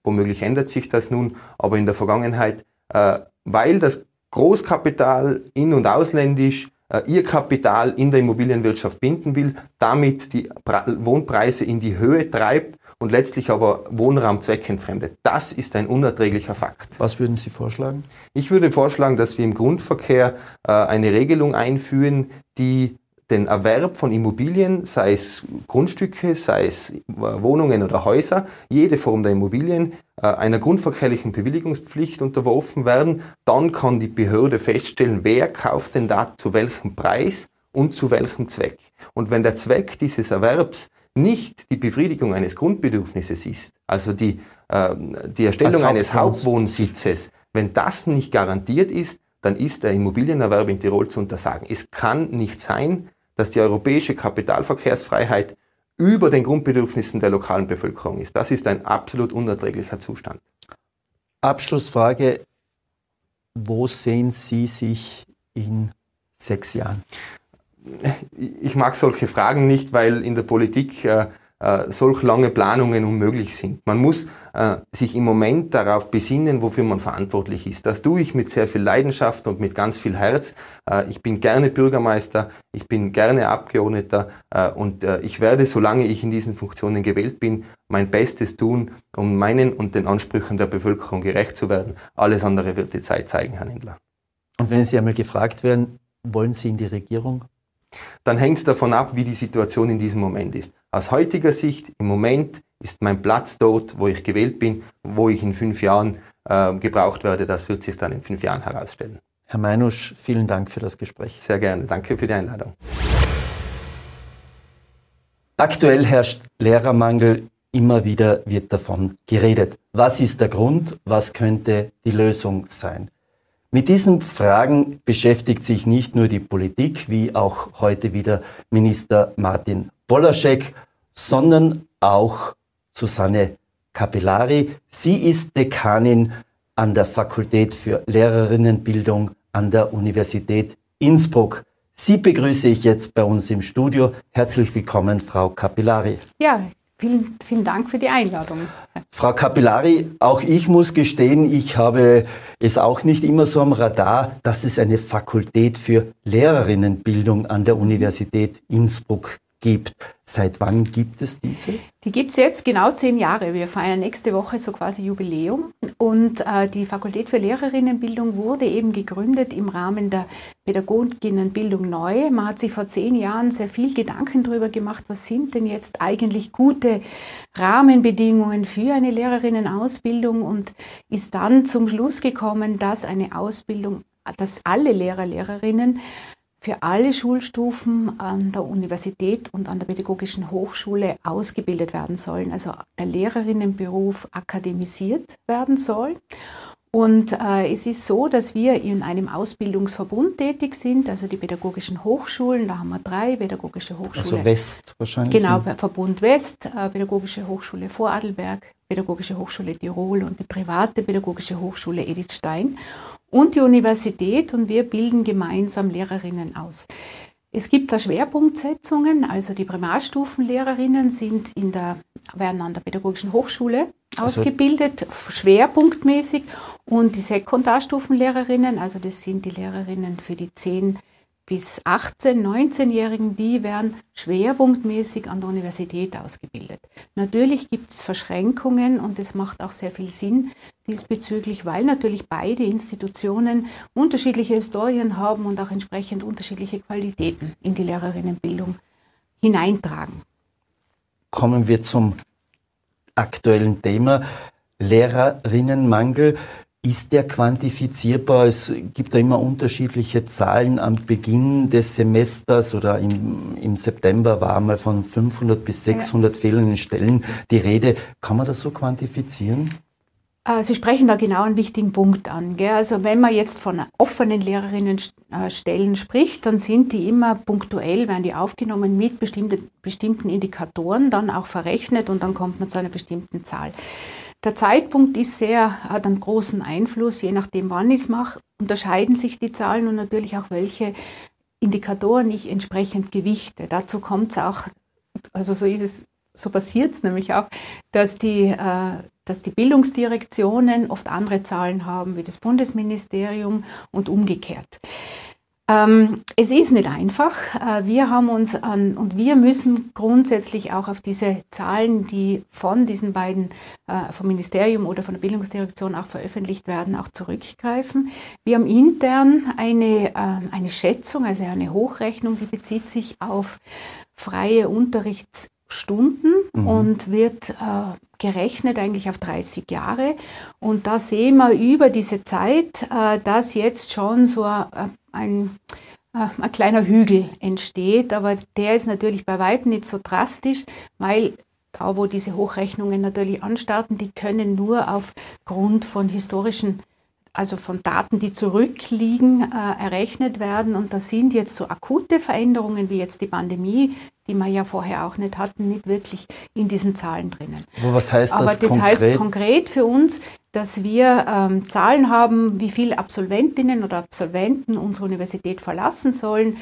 S4: womöglich ändert sich das nun, aber in der Vergangenheit, äh, weil das Großkapital in- und ausländisch äh, ihr Kapital in der Immobilienwirtschaft binden will, damit die Pre- Wohnpreise in die Höhe treibt und letztlich aber Wohnraum zweckentfremdet. Das ist ein unerträglicher Fakt.
S2: Was würden Sie vorschlagen?
S4: Ich würde vorschlagen, dass wir im Grundverkehr äh, eine Regelung einführen, die den Erwerb von Immobilien, sei es Grundstücke, sei es Wohnungen oder Häuser, jede Form der Immobilien, äh, einer grundverkehrlichen Bewilligungspflicht unterworfen werden. Dann kann die Behörde feststellen, wer kauft denn da zu welchem Preis und zu welchem Zweck. Und wenn der Zweck dieses Erwerbs nicht die Befriedigung eines Grundbedürfnisses ist, also die, äh, die Erstellung eines Hauptwohnsitzes, wenn das nicht garantiert ist, dann ist der Immobilienerwerb in Tirol zu untersagen. Es kann nicht sein, dass die europäische Kapitalverkehrsfreiheit über den Grundbedürfnissen der lokalen Bevölkerung ist. Das ist ein absolut unerträglicher Zustand.
S2: Abschlussfrage, wo sehen Sie sich in sechs Jahren?
S4: Ich mag solche Fragen nicht, weil in der Politik äh, äh, solch lange Planungen unmöglich sind. Man muss äh, sich im Moment darauf besinnen, wofür man verantwortlich ist. Das tue ich mit sehr viel Leidenschaft und mit ganz viel Herz. Äh, ich bin gerne Bürgermeister, ich bin gerne Abgeordneter äh, und äh, ich werde, solange ich in diesen Funktionen gewählt bin, mein Bestes tun, um meinen und den Ansprüchen der Bevölkerung gerecht zu werden. Alles andere wird die Zeit zeigen, Herr Nindler.
S2: Und wenn Sie einmal gefragt werden, wollen Sie in die Regierung?
S4: Dann hängt es davon ab, wie die Situation in diesem Moment ist. Aus heutiger Sicht, im Moment ist mein Platz dort, wo ich gewählt bin, wo ich in fünf Jahren äh, gebraucht werde. Das wird sich dann in fünf Jahren herausstellen.
S2: Herr Meinusch, vielen Dank für das Gespräch.
S4: Sehr gerne. Danke für die Einladung.
S2: Aktuell herrscht Lehrermangel. Immer wieder wird davon geredet. Was ist der Grund? Was könnte die Lösung sein? Mit diesen Fragen beschäftigt sich nicht nur die Politik, wie auch heute wieder Minister Martin Polaschek, sondern auch Susanne Capellari. Sie ist Dekanin an der Fakultät für Lehrerinnenbildung an der Universität Innsbruck. Sie begrüße ich jetzt bei uns im Studio. Herzlich willkommen, Frau Capellari.
S5: Ja, vielen, vielen Dank für die Einladung.
S2: Frau Capellari, auch ich muss gestehen, ich habe es auch nicht immer so am Radar, dass es eine Fakultät für Lehrerinnenbildung an der Universität Innsbruck gibt. Seit wann gibt es diese?
S5: Die gibt es jetzt genau zehn Jahre. Wir feiern nächste Woche so quasi Jubiläum. Und äh, die Fakultät für Lehrerinnenbildung wurde eben gegründet im Rahmen der Pädagoginnenbildung neu. Man hat sich vor zehn Jahren sehr viel Gedanken darüber gemacht, was sind denn jetzt eigentlich gute Rahmenbedingungen für eine Lehrerinnenausbildung und ist dann zum Schluss gekommen, dass eine Ausbildung, dass alle Lehrer, Lehrerinnen für alle Schulstufen an der Universität und an der Pädagogischen Hochschule ausgebildet werden sollen. Also der Lehrerinnenberuf akademisiert werden soll. Und äh, es ist so, dass wir in einem Ausbildungsverbund tätig sind, also die pädagogischen Hochschulen, da haben wir drei, Pädagogische Hochschule.
S2: Also West wahrscheinlich.
S5: Genau, Verbund West, äh, Pädagogische Hochschule Vorarlberg, Pädagogische Hochschule Tirol und die private Pädagogische Hochschule Edith Stein und die Universität, und wir bilden gemeinsam Lehrerinnen aus. Es gibt da Schwerpunktsetzungen, also die Primarstufenlehrerinnen sind in der, werden an der Pädagogischen Hochschule
S2: also
S5: ausgebildet, schwerpunktmäßig, und die Sekundarstufenlehrerinnen, also das sind die Lehrerinnen für die zehn bis achtzehn-, neunzehnjährigen, die werden schwerpunktmäßig an der Universität ausgebildet. Natürlich gibt es Verschränkungen und es macht auch sehr viel Sinn diesbezüglich, weil natürlich beide Institutionen unterschiedliche Historien haben und auch entsprechend unterschiedliche Qualitäten in die Lehrerinnenbildung hineintragen.
S2: Kommen wir zum aktuellen Thema Lehrerinnenmangel. Ist der quantifizierbar? Es gibt da immer unterschiedliche Zahlen. Am Beginn des Semesters oder im, im September war mal von fünfhundert bis sechshundert ja. fehlenden Stellen die Rede. Kann man das so quantifizieren?
S5: Sie sprechen da genau einen wichtigen Punkt an. Gell? Also wenn man jetzt von offenen Lehrerinnenstellen spricht, dann sind die immer punktuell, werden die aufgenommen mit bestimmten, bestimmten Indikatoren, dann auch verrechnet und dann kommt man zu einer bestimmten Zahl. Der Zeitpunkt ist sehr, hat einen großen Einfluss, je nachdem wann ich es mache, unterscheiden sich die Zahlen und natürlich auch welche Indikatoren ich entsprechend gewichte. Dazu kommt es auch, also so ist es, so passiert es nämlich auch, dass die, äh, dass die Bildungsdirektionen oft andere Zahlen haben wie das Bundesministerium und umgekehrt. Ähm, es ist nicht einfach. Äh, wir haben uns an, und wir müssen grundsätzlich auch auf diese Zahlen, die von diesen beiden, äh, vom Ministerium oder von der Bildungsdirektion auch veröffentlicht werden, auch zurückgreifen. Wir haben intern eine, äh, eine Schätzung, also eine Hochrechnung, die bezieht sich auf freie Unterrichtsstunden mhm. und wird äh, gerechnet eigentlich auf dreißig Jahre. Und da sehen wir über diese Zeit, äh, dass jetzt schon so äh, ein, äh, ein kleiner Hügel entsteht, aber der ist natürlich bei weitem nicht so drastisch, weil da, wo diese Hochrechnungen natürlich anstarten, die können nur aufgrund von historischen, also von Daten, die zurückliegen, äh, errechnet werden. Und da sind jetzt so akute Veränderungen wie jetzt die Pandemie, die wir ja vorher auch nicht hatten, nicht wirklich in diesen Zahlen drinnen.
S2: Aber was heißt das
S5: Aber das
S2: konkret?
S5: heißt konkret für uns, dass wir ähm, Zahlen haben, wie viele Absolventinnen oder Absolventen unsere Universität verlassen sollen,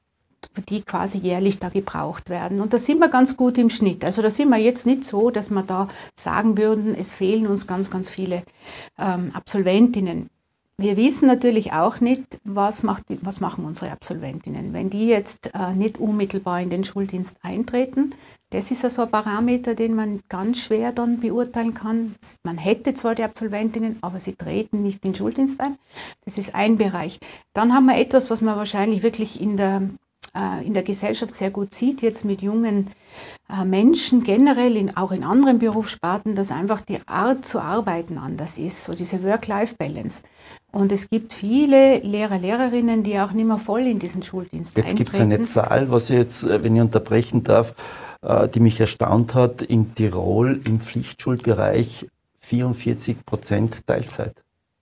S5: die quasi jährlich da gebraucht werden. Und da sind wir ganz gut im Schnitt. Also da sind wir jetzt nicht so, dass wir da sagen würden, es fehlen uns ganz, ganz viele ähm, Absolventinnen. Wir wissen natürlich auch nicht, was, macht die, was machen unsere Absolventinnen. Wenn die jetzt äh, nicht unmittelbar in den Schuldienst eintreten, das ist ja so ein Parameter, den man ganz schwer dann beurteilen kann. Man hätte zwar die Absolventinnen, aber sie treten nicht in den Schuldienst ein. Das ist ein Bereich. Dann haben wir etwas, was man wahrscheinlich wirklich in der in der Gesellschaft sehr gut sieht, jetzt mit jungen äh, Menschen generell, in, auch in anderen Berufssparten, dass einfach die Art zu arbeiten anders ist, so diese Work-Life-Balance. Und es gibt viele Lehrer, Lehrerinnen, die auch nicht mehr voll in diesen Schuldienst
S2: jetzt
S5: eintreten.
S2: Jetzt gibt es eine Zahl, was ich jetzt, wenn ich unterbrechen darf, äh, die mich erstaunt hat, in Tirol im Pflichtschulbereich vierundvierzig Prozent Teilzeit.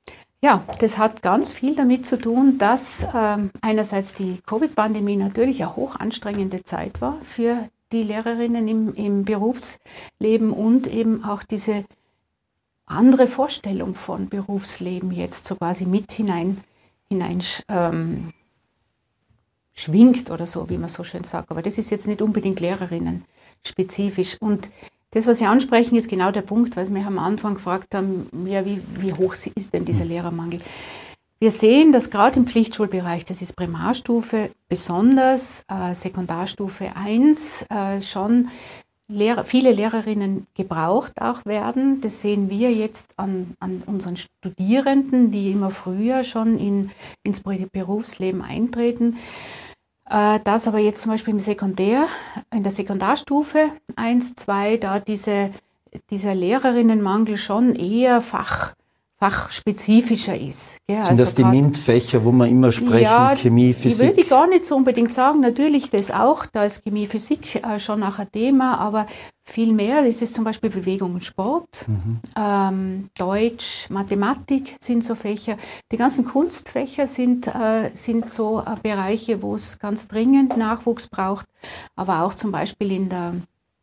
S5: Ja, das hat ganz viel damit zu tun, dass ähm, einerseits die Covid-Pandemie natürlich eine hoch anstrengende Zeit war für die Lehrerinnen im, im Berufsleben und eben auch diese andere Vorstellung von Berufsleben jetzt so quasi mit hinein, hinein ähm, schwingt oder so, wie man so schön sagt. Aber das ist jetzt nicht unbedingt Lehrerinnen spezifisch. Und das, was Sie ansprechen, ist genau der Punkt, weil Sie mich am Anfang gefragt haben, ja, wie, wie hoch ist denn dieser Lehrermangel? Wir sehen, dass gerade im Pflichtschulbereich, das ist Primarstufe, besonders äh, Sekundarstufe eins, äh, schon Lehrer, viele Lehrerinnen gebraucht auch werden. Das sehen wir jetzt an, an unseren Studierenden, die immer früher schon in, ins Berufsleben eintreten. Dass aber jetzt zum Beispiel im Sekundär, in der Sekundarstufe eins, zwei, da diese, dieser Lehrerinnenmangel schon eher Fach, fachspezifischer ist. Gell?
S2: Sind
S5: also
S2: das die MINT-Fächer, wo wir immer sprechen,
S5: ja,
S2: Chemie, Physik?
S5: Die würde ich gar nicht so unbedingt sagen. Natürlich das auch, da ist Chemie, Physik äh, schon auch ein Thema, aber viel mehr ist es zum Beispiel Bewegung und Sport, mhm. ähm, Deutsch, Mathematik sind so Fächer. Die ganzen Kunstfächer sind, äh, sind so äh, Bereiche, wo es ganz dringend Nachwuchs braucht, aber auch zum Beispiel in der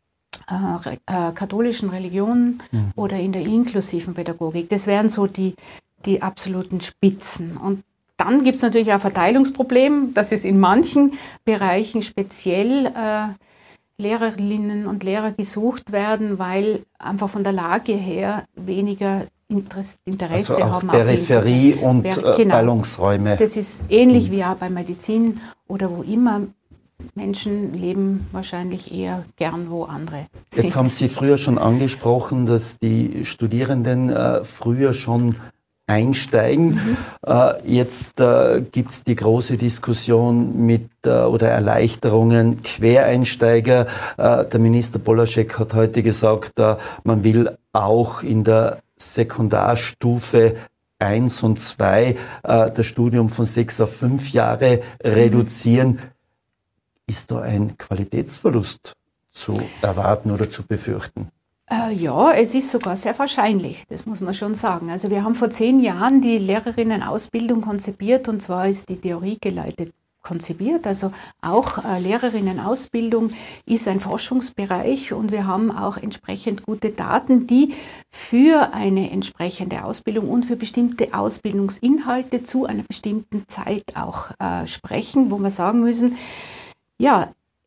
S5: Äh, äh, katholischen Religion mhm. oder in der inklusiven Pädagogik. Das wären so die, die absoluten Spitzen. Und dann gibt es natürlich auch ein Verteilungsproblem, dass es in manchen Bereichen speziell äh, Lehrerinnen und Lehrer gesucht werden, weil einfach von der Lage her weniger Interesse, Interesse
S2: also auch
S5: haben.
S2: Peripherie
S5: auch
S2: und
S5: genau.
S2: äh, Ballungsräume.
S5: Das ist ähnlich mhm. wie auch bei Medizin oder wo immer. Menschen leben wahrscheinlich eher gern, wo andere sind.
S2: Jetzt haben Sie früher schon angesprochen, dass die Studierenden äh, früher schon einsteigen. Mhm. Äh, jetzt äh, gibt es die große Diskussion mit äh, oder Erleichterungen Quereinsteiger. Äh, der Minister Polaschek hat heute gesagt, äh, man will auch in der Sekundarstufe eins und zwei äh, das Studium von sechs auf fünf Jahre mhm. reduzieren. Ist da ein Qualitätsverlust zu erwarten oder zu befürchten?
S5: Äh, ja, es ist sogar sehr wahrscheinlich, das muss man schon sagen. Also wir haben vor zehn Jahren die Lehrerinnenausbildung konzipiert und zwar ist die theoriegeleitet konzipiert. Also auch äh, Lehrerinnenausbildung ist ein Forschungsbereich und wir haben auch entsprechend gute Daten, die für eine entsprechende Ausbildung und für bestimmte Ausbildungsinhalte zu einer bestimmten Zeit auch äh, sprechen, wo wir sagen müssen, ja,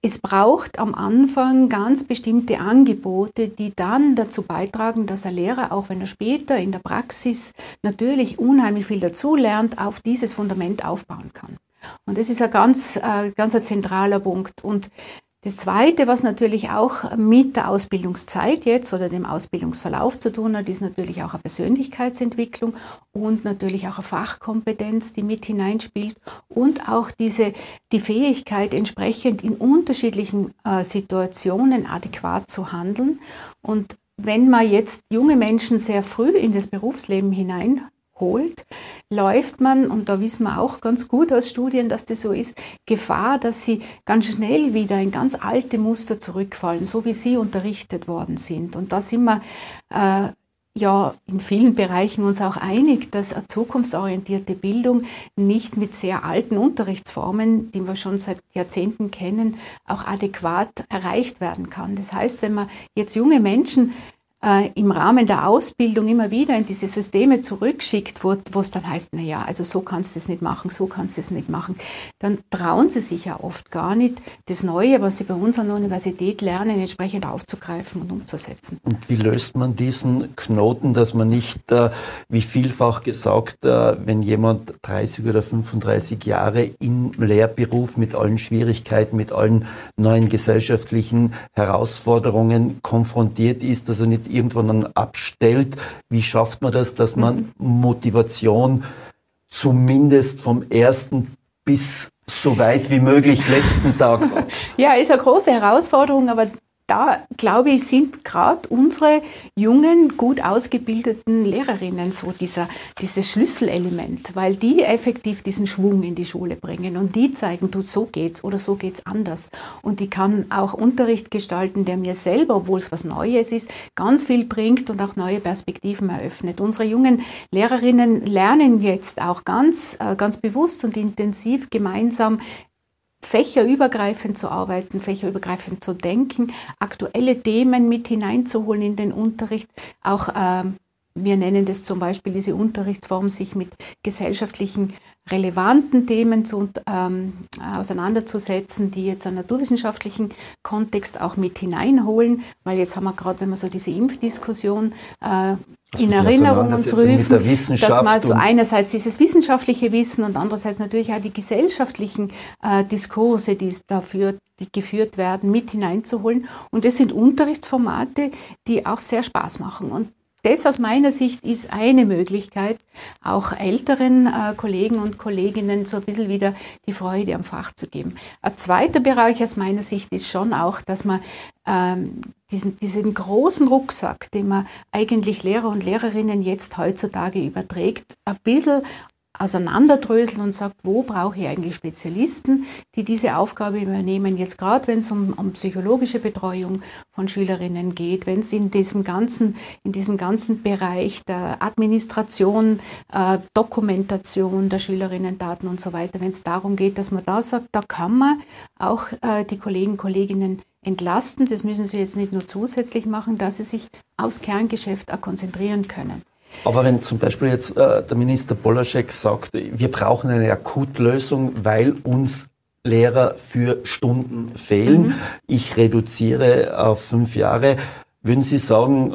S5: es braucht am Anfang ganz bestimmte Angebote, die dann dazu beitragen, dass ein Lehrer, auch wenn er später in der Praxis natürlich unheimlich viel dazulernt, auf dieses Fundament aufbauen kann. Und das ist ein ganz, äh, ganz ein zentraler Punkt. Und das Zweite, was natürlich auch mit der Ausbildungszeit jetzt oder dem Ausbildungsverlauf zu tun hat, ist natürlich auch eine Persönlichkeitsentwicklung und natürlich auch eine Fachkompetenz, die mit hineinspielt und auch diese, die Fähigkeit, entsprechend in unterschiedlichen äh, Situationen adäquat zu handeln. Und wenn man jetzt junge Menschen sehr früh in das Berufsleben hinein holt, läuft man, und da wissen wir auch ganz gut aus Studien, dass das so ist, Gefahr, dass sie ganz schnell wieder in ganz alte Muster zurückfallen, so wie sie unterrichtet worden sind. Und da sind wir äh, ja in vielen Bereichen uns auch einig, dass eine zukunftsorientierte Bildung nicht mit sehr alten Unterrichtsformen, die wir schon seit Jahrzehnten kennen, auch adäquat erreicht werden kann. Das heißt, wenn man jetzt junge Menschen Äh, im Rahmen der Ausbildung immer wieder in diese Systeme zurückschickt, wo, wo es dann heißt, naja, also so kannst du es nicht machen, so kannst du es nicht machen, dann trauen sie sich ja oft gar nicht, das Neue, was sie bei uns an der Universität lernen, entsprechend aufzugreifen und umzusetzen.
S2: Und wie löst man diesen Knoten, dass man nicht, äh, wie vielfach gesagt, äh, wenn jemand dreißig oder fünfunddreißig Jahre im Lehrberuf mit allen Schwierigkeiten, mit allen neuen gesellschaftlichen Herausforderungen konfrontiert ist, dass er nicht irgendwann dann abstellt. Wie schafft man das, dass man Motivation zumindest vom ersten bis so weit wie möglich letzten Tag hat?
S5: Ja, ist eine große Herausforderung, aber da, glaube ich, sind gerade unsere jungen, gut ausgebildeten Lehrerinnen so dieser, dieses Schlüsselelement, weil die effektiv diesen Schwung in die Schule bringen und die zeigen, du, so geht's oder so geht's anders. Und die kann auch Unterricht gestalten, der mir selber, obwohl es was Neues ist, ganz viel bringt und auch neue Perspektiven eröffnet. Unsere jungen Lehrerinnen lernen jetzt auch ganz, ganz bewusst und intensiv gemeinsam fächerübergreifend zu arbeiten, fächerübergreifend zu denken, aktuelle Themen mit hineinzuholen in den Unterricht, auch ähm, wir nennen das zum Beispiel diese Unterrichtsform, sich mit gesellschaftlichen relevanten Themen zu, ähm, auseinanderzusetzen, die jetzt einen naturwissenschaftlichen Kontext auch mit hineinholen, weil jetzt haben wir gerade, wenn wir so diese Impfdiskussion äh, in Erinnerung uns rufen, dass man so einerseits dieses wissenschaftliche Wissen und andererseits natürlich auch die gesellschaftlichen äh, Diskurse, die dafür die geführt werden, mit hineinzuholen. Und das sind Unterrichtsformate, die auch sehr Spaß machen. Und das aus meiner Sicht ist eine Möglichkeit, auch älteren äh, Kollegen und Kolleginnen so ein bisschen wieder die Freude am Fach zu geben. Ein zweiter Bereich aus meiner Sicht ist schon auch, dass man ähm, diesen, diesen großen Rucksack, den man eigentlich Lehrer und Lehrerinnen jetzt heutzutage überträgt, ein bisschen auseinanderdröseln und sagt, wo brauche ich eigentlich Spezialisten, die diese Aufgabe übernehmen, jetzt gerade wenn es um, um psychologische Betreuung von Schülerinnen geht, wenn es in diesem ganzen, in diesem ganzen Bereich der Administration, äh, Dokumentation der Schülerinnendaten und so weiter, wenn es darum geht, dass man da sagt, da kann man auch äh, die Kollegen und Kolleginnen entlasten, das müssen sie jetzt nicht nur zusätzlich machen, dass sie sich aufs Kerngeschäft auch konzentrieren können.
S2: Aber wenn zum Beispiel jetzt äh, der Minister Polaschek sagt, wir brauchen eine Akutlösung, weil uns Lehrer für Stunden fehlen, mhm. ich reduziere auf fünf Jahre, würden Sie sagen,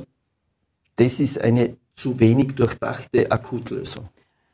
S2: das ist eine zu wenig durchdachte Akutlösung?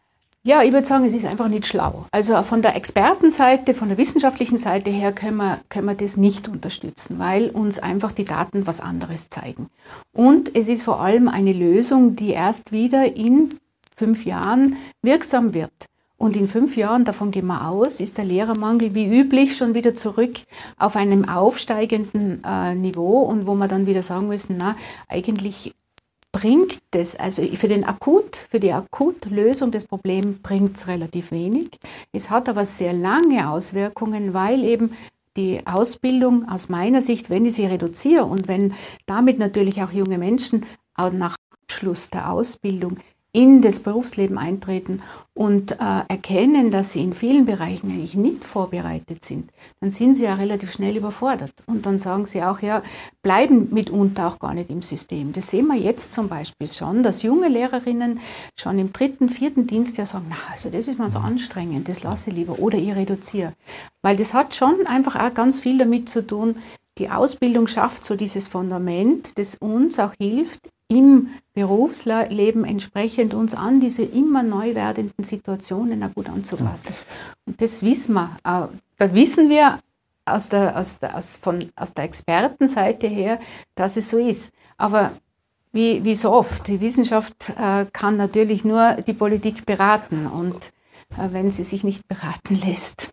S5: Ja, ich würde sagen, es ist einfach nicht schlau. Also von der Expertenseite, von der wissenschaftlichen Seite her können wir, können wir das nicht unterstützen, weil uns einfach die Daten was anderes zeigen. Und es ist vor allem eine Lösung, die erst wieder in fünf Jahren wirksam wird. Und in fünf Jahren, davon gehen wir aus, ist der Lehrermangel wie üblich schon wieder zurück auf einem aufsteigenden äh, Niveau und wo wir dann wieder sagen müssen, na, eigentlich bringt es, also für den Akut, für die Akutlösung des Problems bringt es relativ wenig. Es hat aber sehr lange Auswirkungen, weil eben die Ausbildung aus meiner Sicht, wenn ich sie reduziere und wenn damit natürlich auch junge Menschen auch nach Abschluss der Ausbildung in das Berufsleben eintreten und äh, erkennen, dass sie in vielen Bereichen eigentlich nicht vorbereitet sind, dann sind sie ja relativ schnell überfordert. Und dann sagen sie auch, ja, bleiben mitunter auch gar nicht im System. Das sehen wir jetzt zum Beispiel schon, dass junge Lehrerinnen schon im dritten, vierten Dienstjahr sagen, na, also das ist mir so anstrengend, das lasse ich lieber oder ich reduziere. Weil das hat schon einfach auch ganz viel damit zu tun, die Ausbildung schafft so dieses Fundament, das uns auch hilft, im Berufsleben entsprechend uns an diese immer neu werdenden Situationen auch gut anzupassen. Und das wissen wir. Da wissen wir aus der, aus der, aus von, aus der Expertenseite her, dass es so ist. Aber wie, wie so oft, die Wissenschaft äh, kann natürlich nur die Politik beraten und äh, wenn sie sich nicht beraten lässt.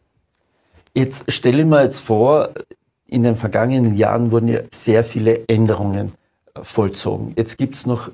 S2: Jetzt stelle ich mir jetzt vor, in den vergangenen Jahren wurden ja sehr viele Änderungen vollzogen. Jetzt gibt es noch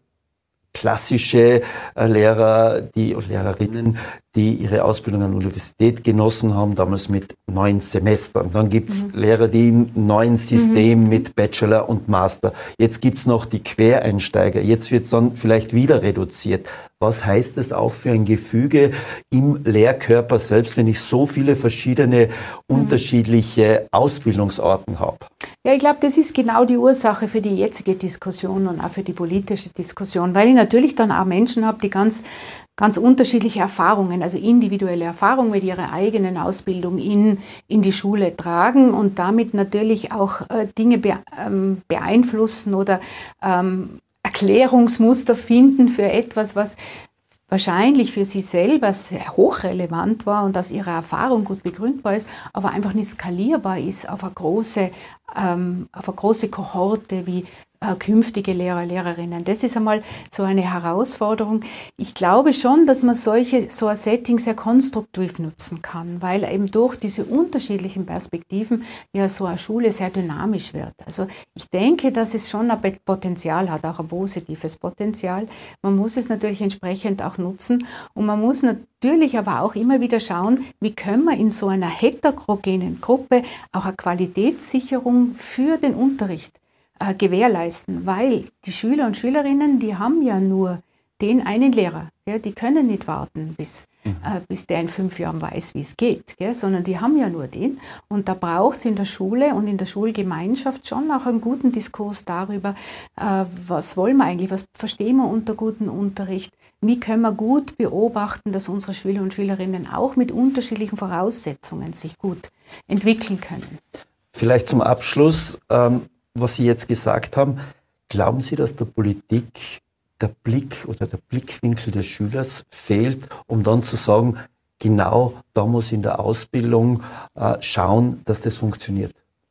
S2: klassische äh, Lehrer, die Lehrerinnen, die ihre Ausbildung an der Universität genossen haben, damals mit neun Semestern. Dann gibt es mhm. Lehrer, die im neuen System mhm. mit Bachelor und Master. Jetzt gibt es noch die Quereinsteiger. Jetzt wird es dann vielleicht wieder reduziert. Was heißt das auch für ein Gefüge im Lehrkörper selbst, wenn ich so viele verschiedene, mhm. unterschiedliche Ausbildungsorten habe?
S5: Ja, ich glaube, das ist genau die Ursache für die jetzige Diskussion und auch für die politische Diskussion, weil ich natürlich dann auch Menschen habe, die ganz, ganz unterschiedliche Erfahrungen, also individuelle Erfahrungen mit ihrer eigenen Ausbildung in, in die Schule tragen und damit natürlich auch äh, Dinge be, ähm, beeinflussen oder ähm, Erklärungsmuster finden für etwas, was wahrscheinlich für sie selber sehr hochrelevant war und aus ihrer Erfahrung gut begründbar ist, aber einfach nicht skalierbar ist auf eine große, ähm, auf eine große Kohorte wie äh, künftige Lehrer, Lehrerinnen. Das ist einmal so eine Herausforderung. Ich glaube schon, dass man solche, so ein Setting sehr konstruktiv nutzen kann, weil eben durch diese unterschiedlichen Perspektiven ja so eine Schule sehr dynamisch wird. Also ich denke, dass es schon ein Potenzial hat, auch ein positives Potenzial. Man muss es natürlich entsprechend auch nutzen und man muss natürlich aber auch immer wieder schauen, wie können wir in so einer heterogenen Gruppe auch eine Qualitätssicherung für den Unterricht äh, gewährleisten, weil die Schüler und Schülerinnen, die haben ja nur den einen Lehrer, ja, die können nicht warten, bis, mhm. äh, bis der in fünf Jahren weiß, wie es geht, gell, sondern die haben ja nur den. Und da braucht es in der Schule und in der Schulgemeinschaft schon auch einen guten Diskurs darüber, äh, was wollen wir eigentlich, was verstehen wir unter gutem Unterricht, wie können wir gut beobachten, dass unsere Schüler und Schülerinnen auch mit unterschiedlichen Voraussetzungen sich gut entwickeln können.
S2: Vielleicht zum Abschluss, ähm, was Sie jetzt gesagt haben, glauben Sie, dass der Politik der Blick oder der Blickwinkel des Schülers fehlt, um dann zu sagen, genau da muss in der Ausbildung äh, schauen, dass das funktioniert?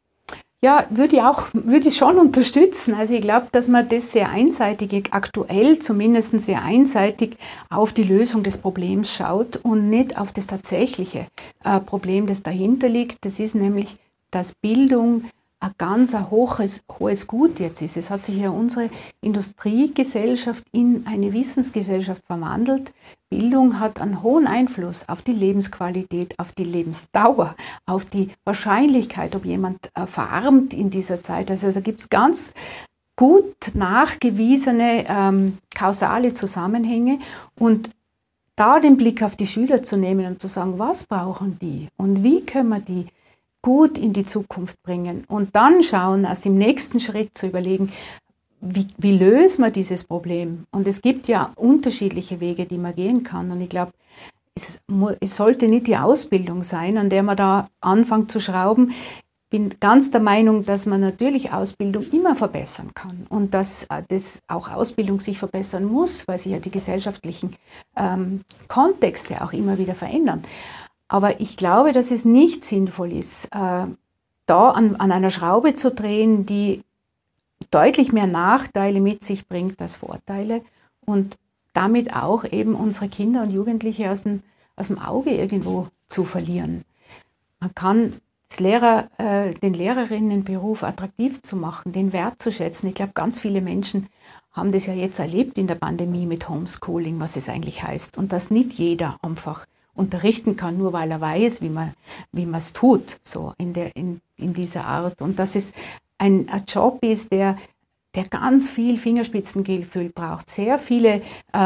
S5: Ja, würde ich auch, würde ich schon unterstützen. Also ich glaube, dass man das sehr einseitig, aktuell zumindest sehr einseitig auf die Lösung des Problems schaut und nicht auf das tatsächliche äh, Problem, das dahinter liegt. Das ist nämlich, dass Bildung ein ganz ein hohes, hohes Gut jetzt ist. Es hat sich ja unsere Industriegesellschaft in eine Wissensgesellschaft verwandelt. Bildung hat einen hohen Einfluss auf die Lebensqualität, auf die Lebensdauer, auf die Wahrscheinlichkeit, ob jemand äh, verarmt in dieser Zeit. Also da gibt es ganz gut nachgewiesene ähm, kausale Zusammenhänge und da den Blick auf die Schüler zu nehmen und zu sagen, was brauchen die und wie können wir die gut in die Zukunft bringen und dann schauen, erst im nächsten Schritt zu überlegen, wie, wie lösen wir dieses Problem? Und es gibt ja unterschiedliche Wege, die man gehen kann. Und ich glaube, es, es sollte nicht die Ausbildung sein, an der man da anfängt zu schrauben. Ich bin ganz der Meinung, dass man natürlich Ausbildung immer verbessern kann und dass das auch Ausbildung sich verbessern muss, weil sich ja die gesellschaftlichen ähm, Kontexte auch immer wieder verändern. Aber ich glaube, dass es nicht sinnvoll ist, äh, da an, an einer Schraube zu drehen, die deutlich mehr Nachteile mit sich bringt als Vorteile und damit auch eben unsere Kinder und Jugendliche aus dem, aus dem Auge irgendwo zu verlieren. Man kann das Lehrer, äh, den Lehrerinnenberuf attraktiv zu machen, den wertzuschätzen. Ich glaube, ganz viele Menschen haben das ja jetzt erlebt in der Pandemie mit Homeschooling, was es eigentlich heißt. Und dass nicht jeder einfach unterrichten kann, nur weil er weiß, wie man wie man es tut, so in, der, in, in dieser Art. Und dass es ein, ein Job ist, der, der ganz viel Fingerspitzengefühl braucht, sehr viele äh,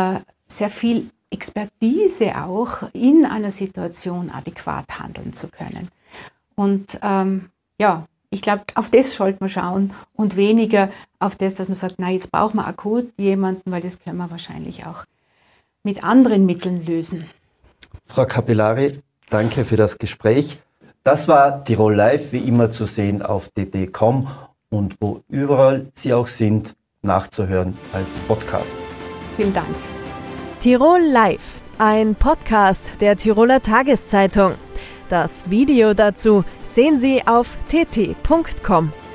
S5: sehr viel Expertise auch, in einer Situation adäquat handeln zu können. Und ähm, ja, ich glaube, auf das sollte man schauen und weniger auf das, dass man sagt, na, jetzt brauchen wir akut jemanden, weil das können wir wahrscheinlich auch mit anderen Mitteln lösen.
S2: Frau Capellari, danke für das Gespräch. Das war Tirol Live, wie immer zu sehen auf t t punkt com und wo überall Sie auch sind, nachzuhören als Podcast.
S5: Vielen Dank.
S1: Tirol Live, ein Podcast der Tiroler Tageszeitung. Das Video dazu sehen Sie auf t t punkt com.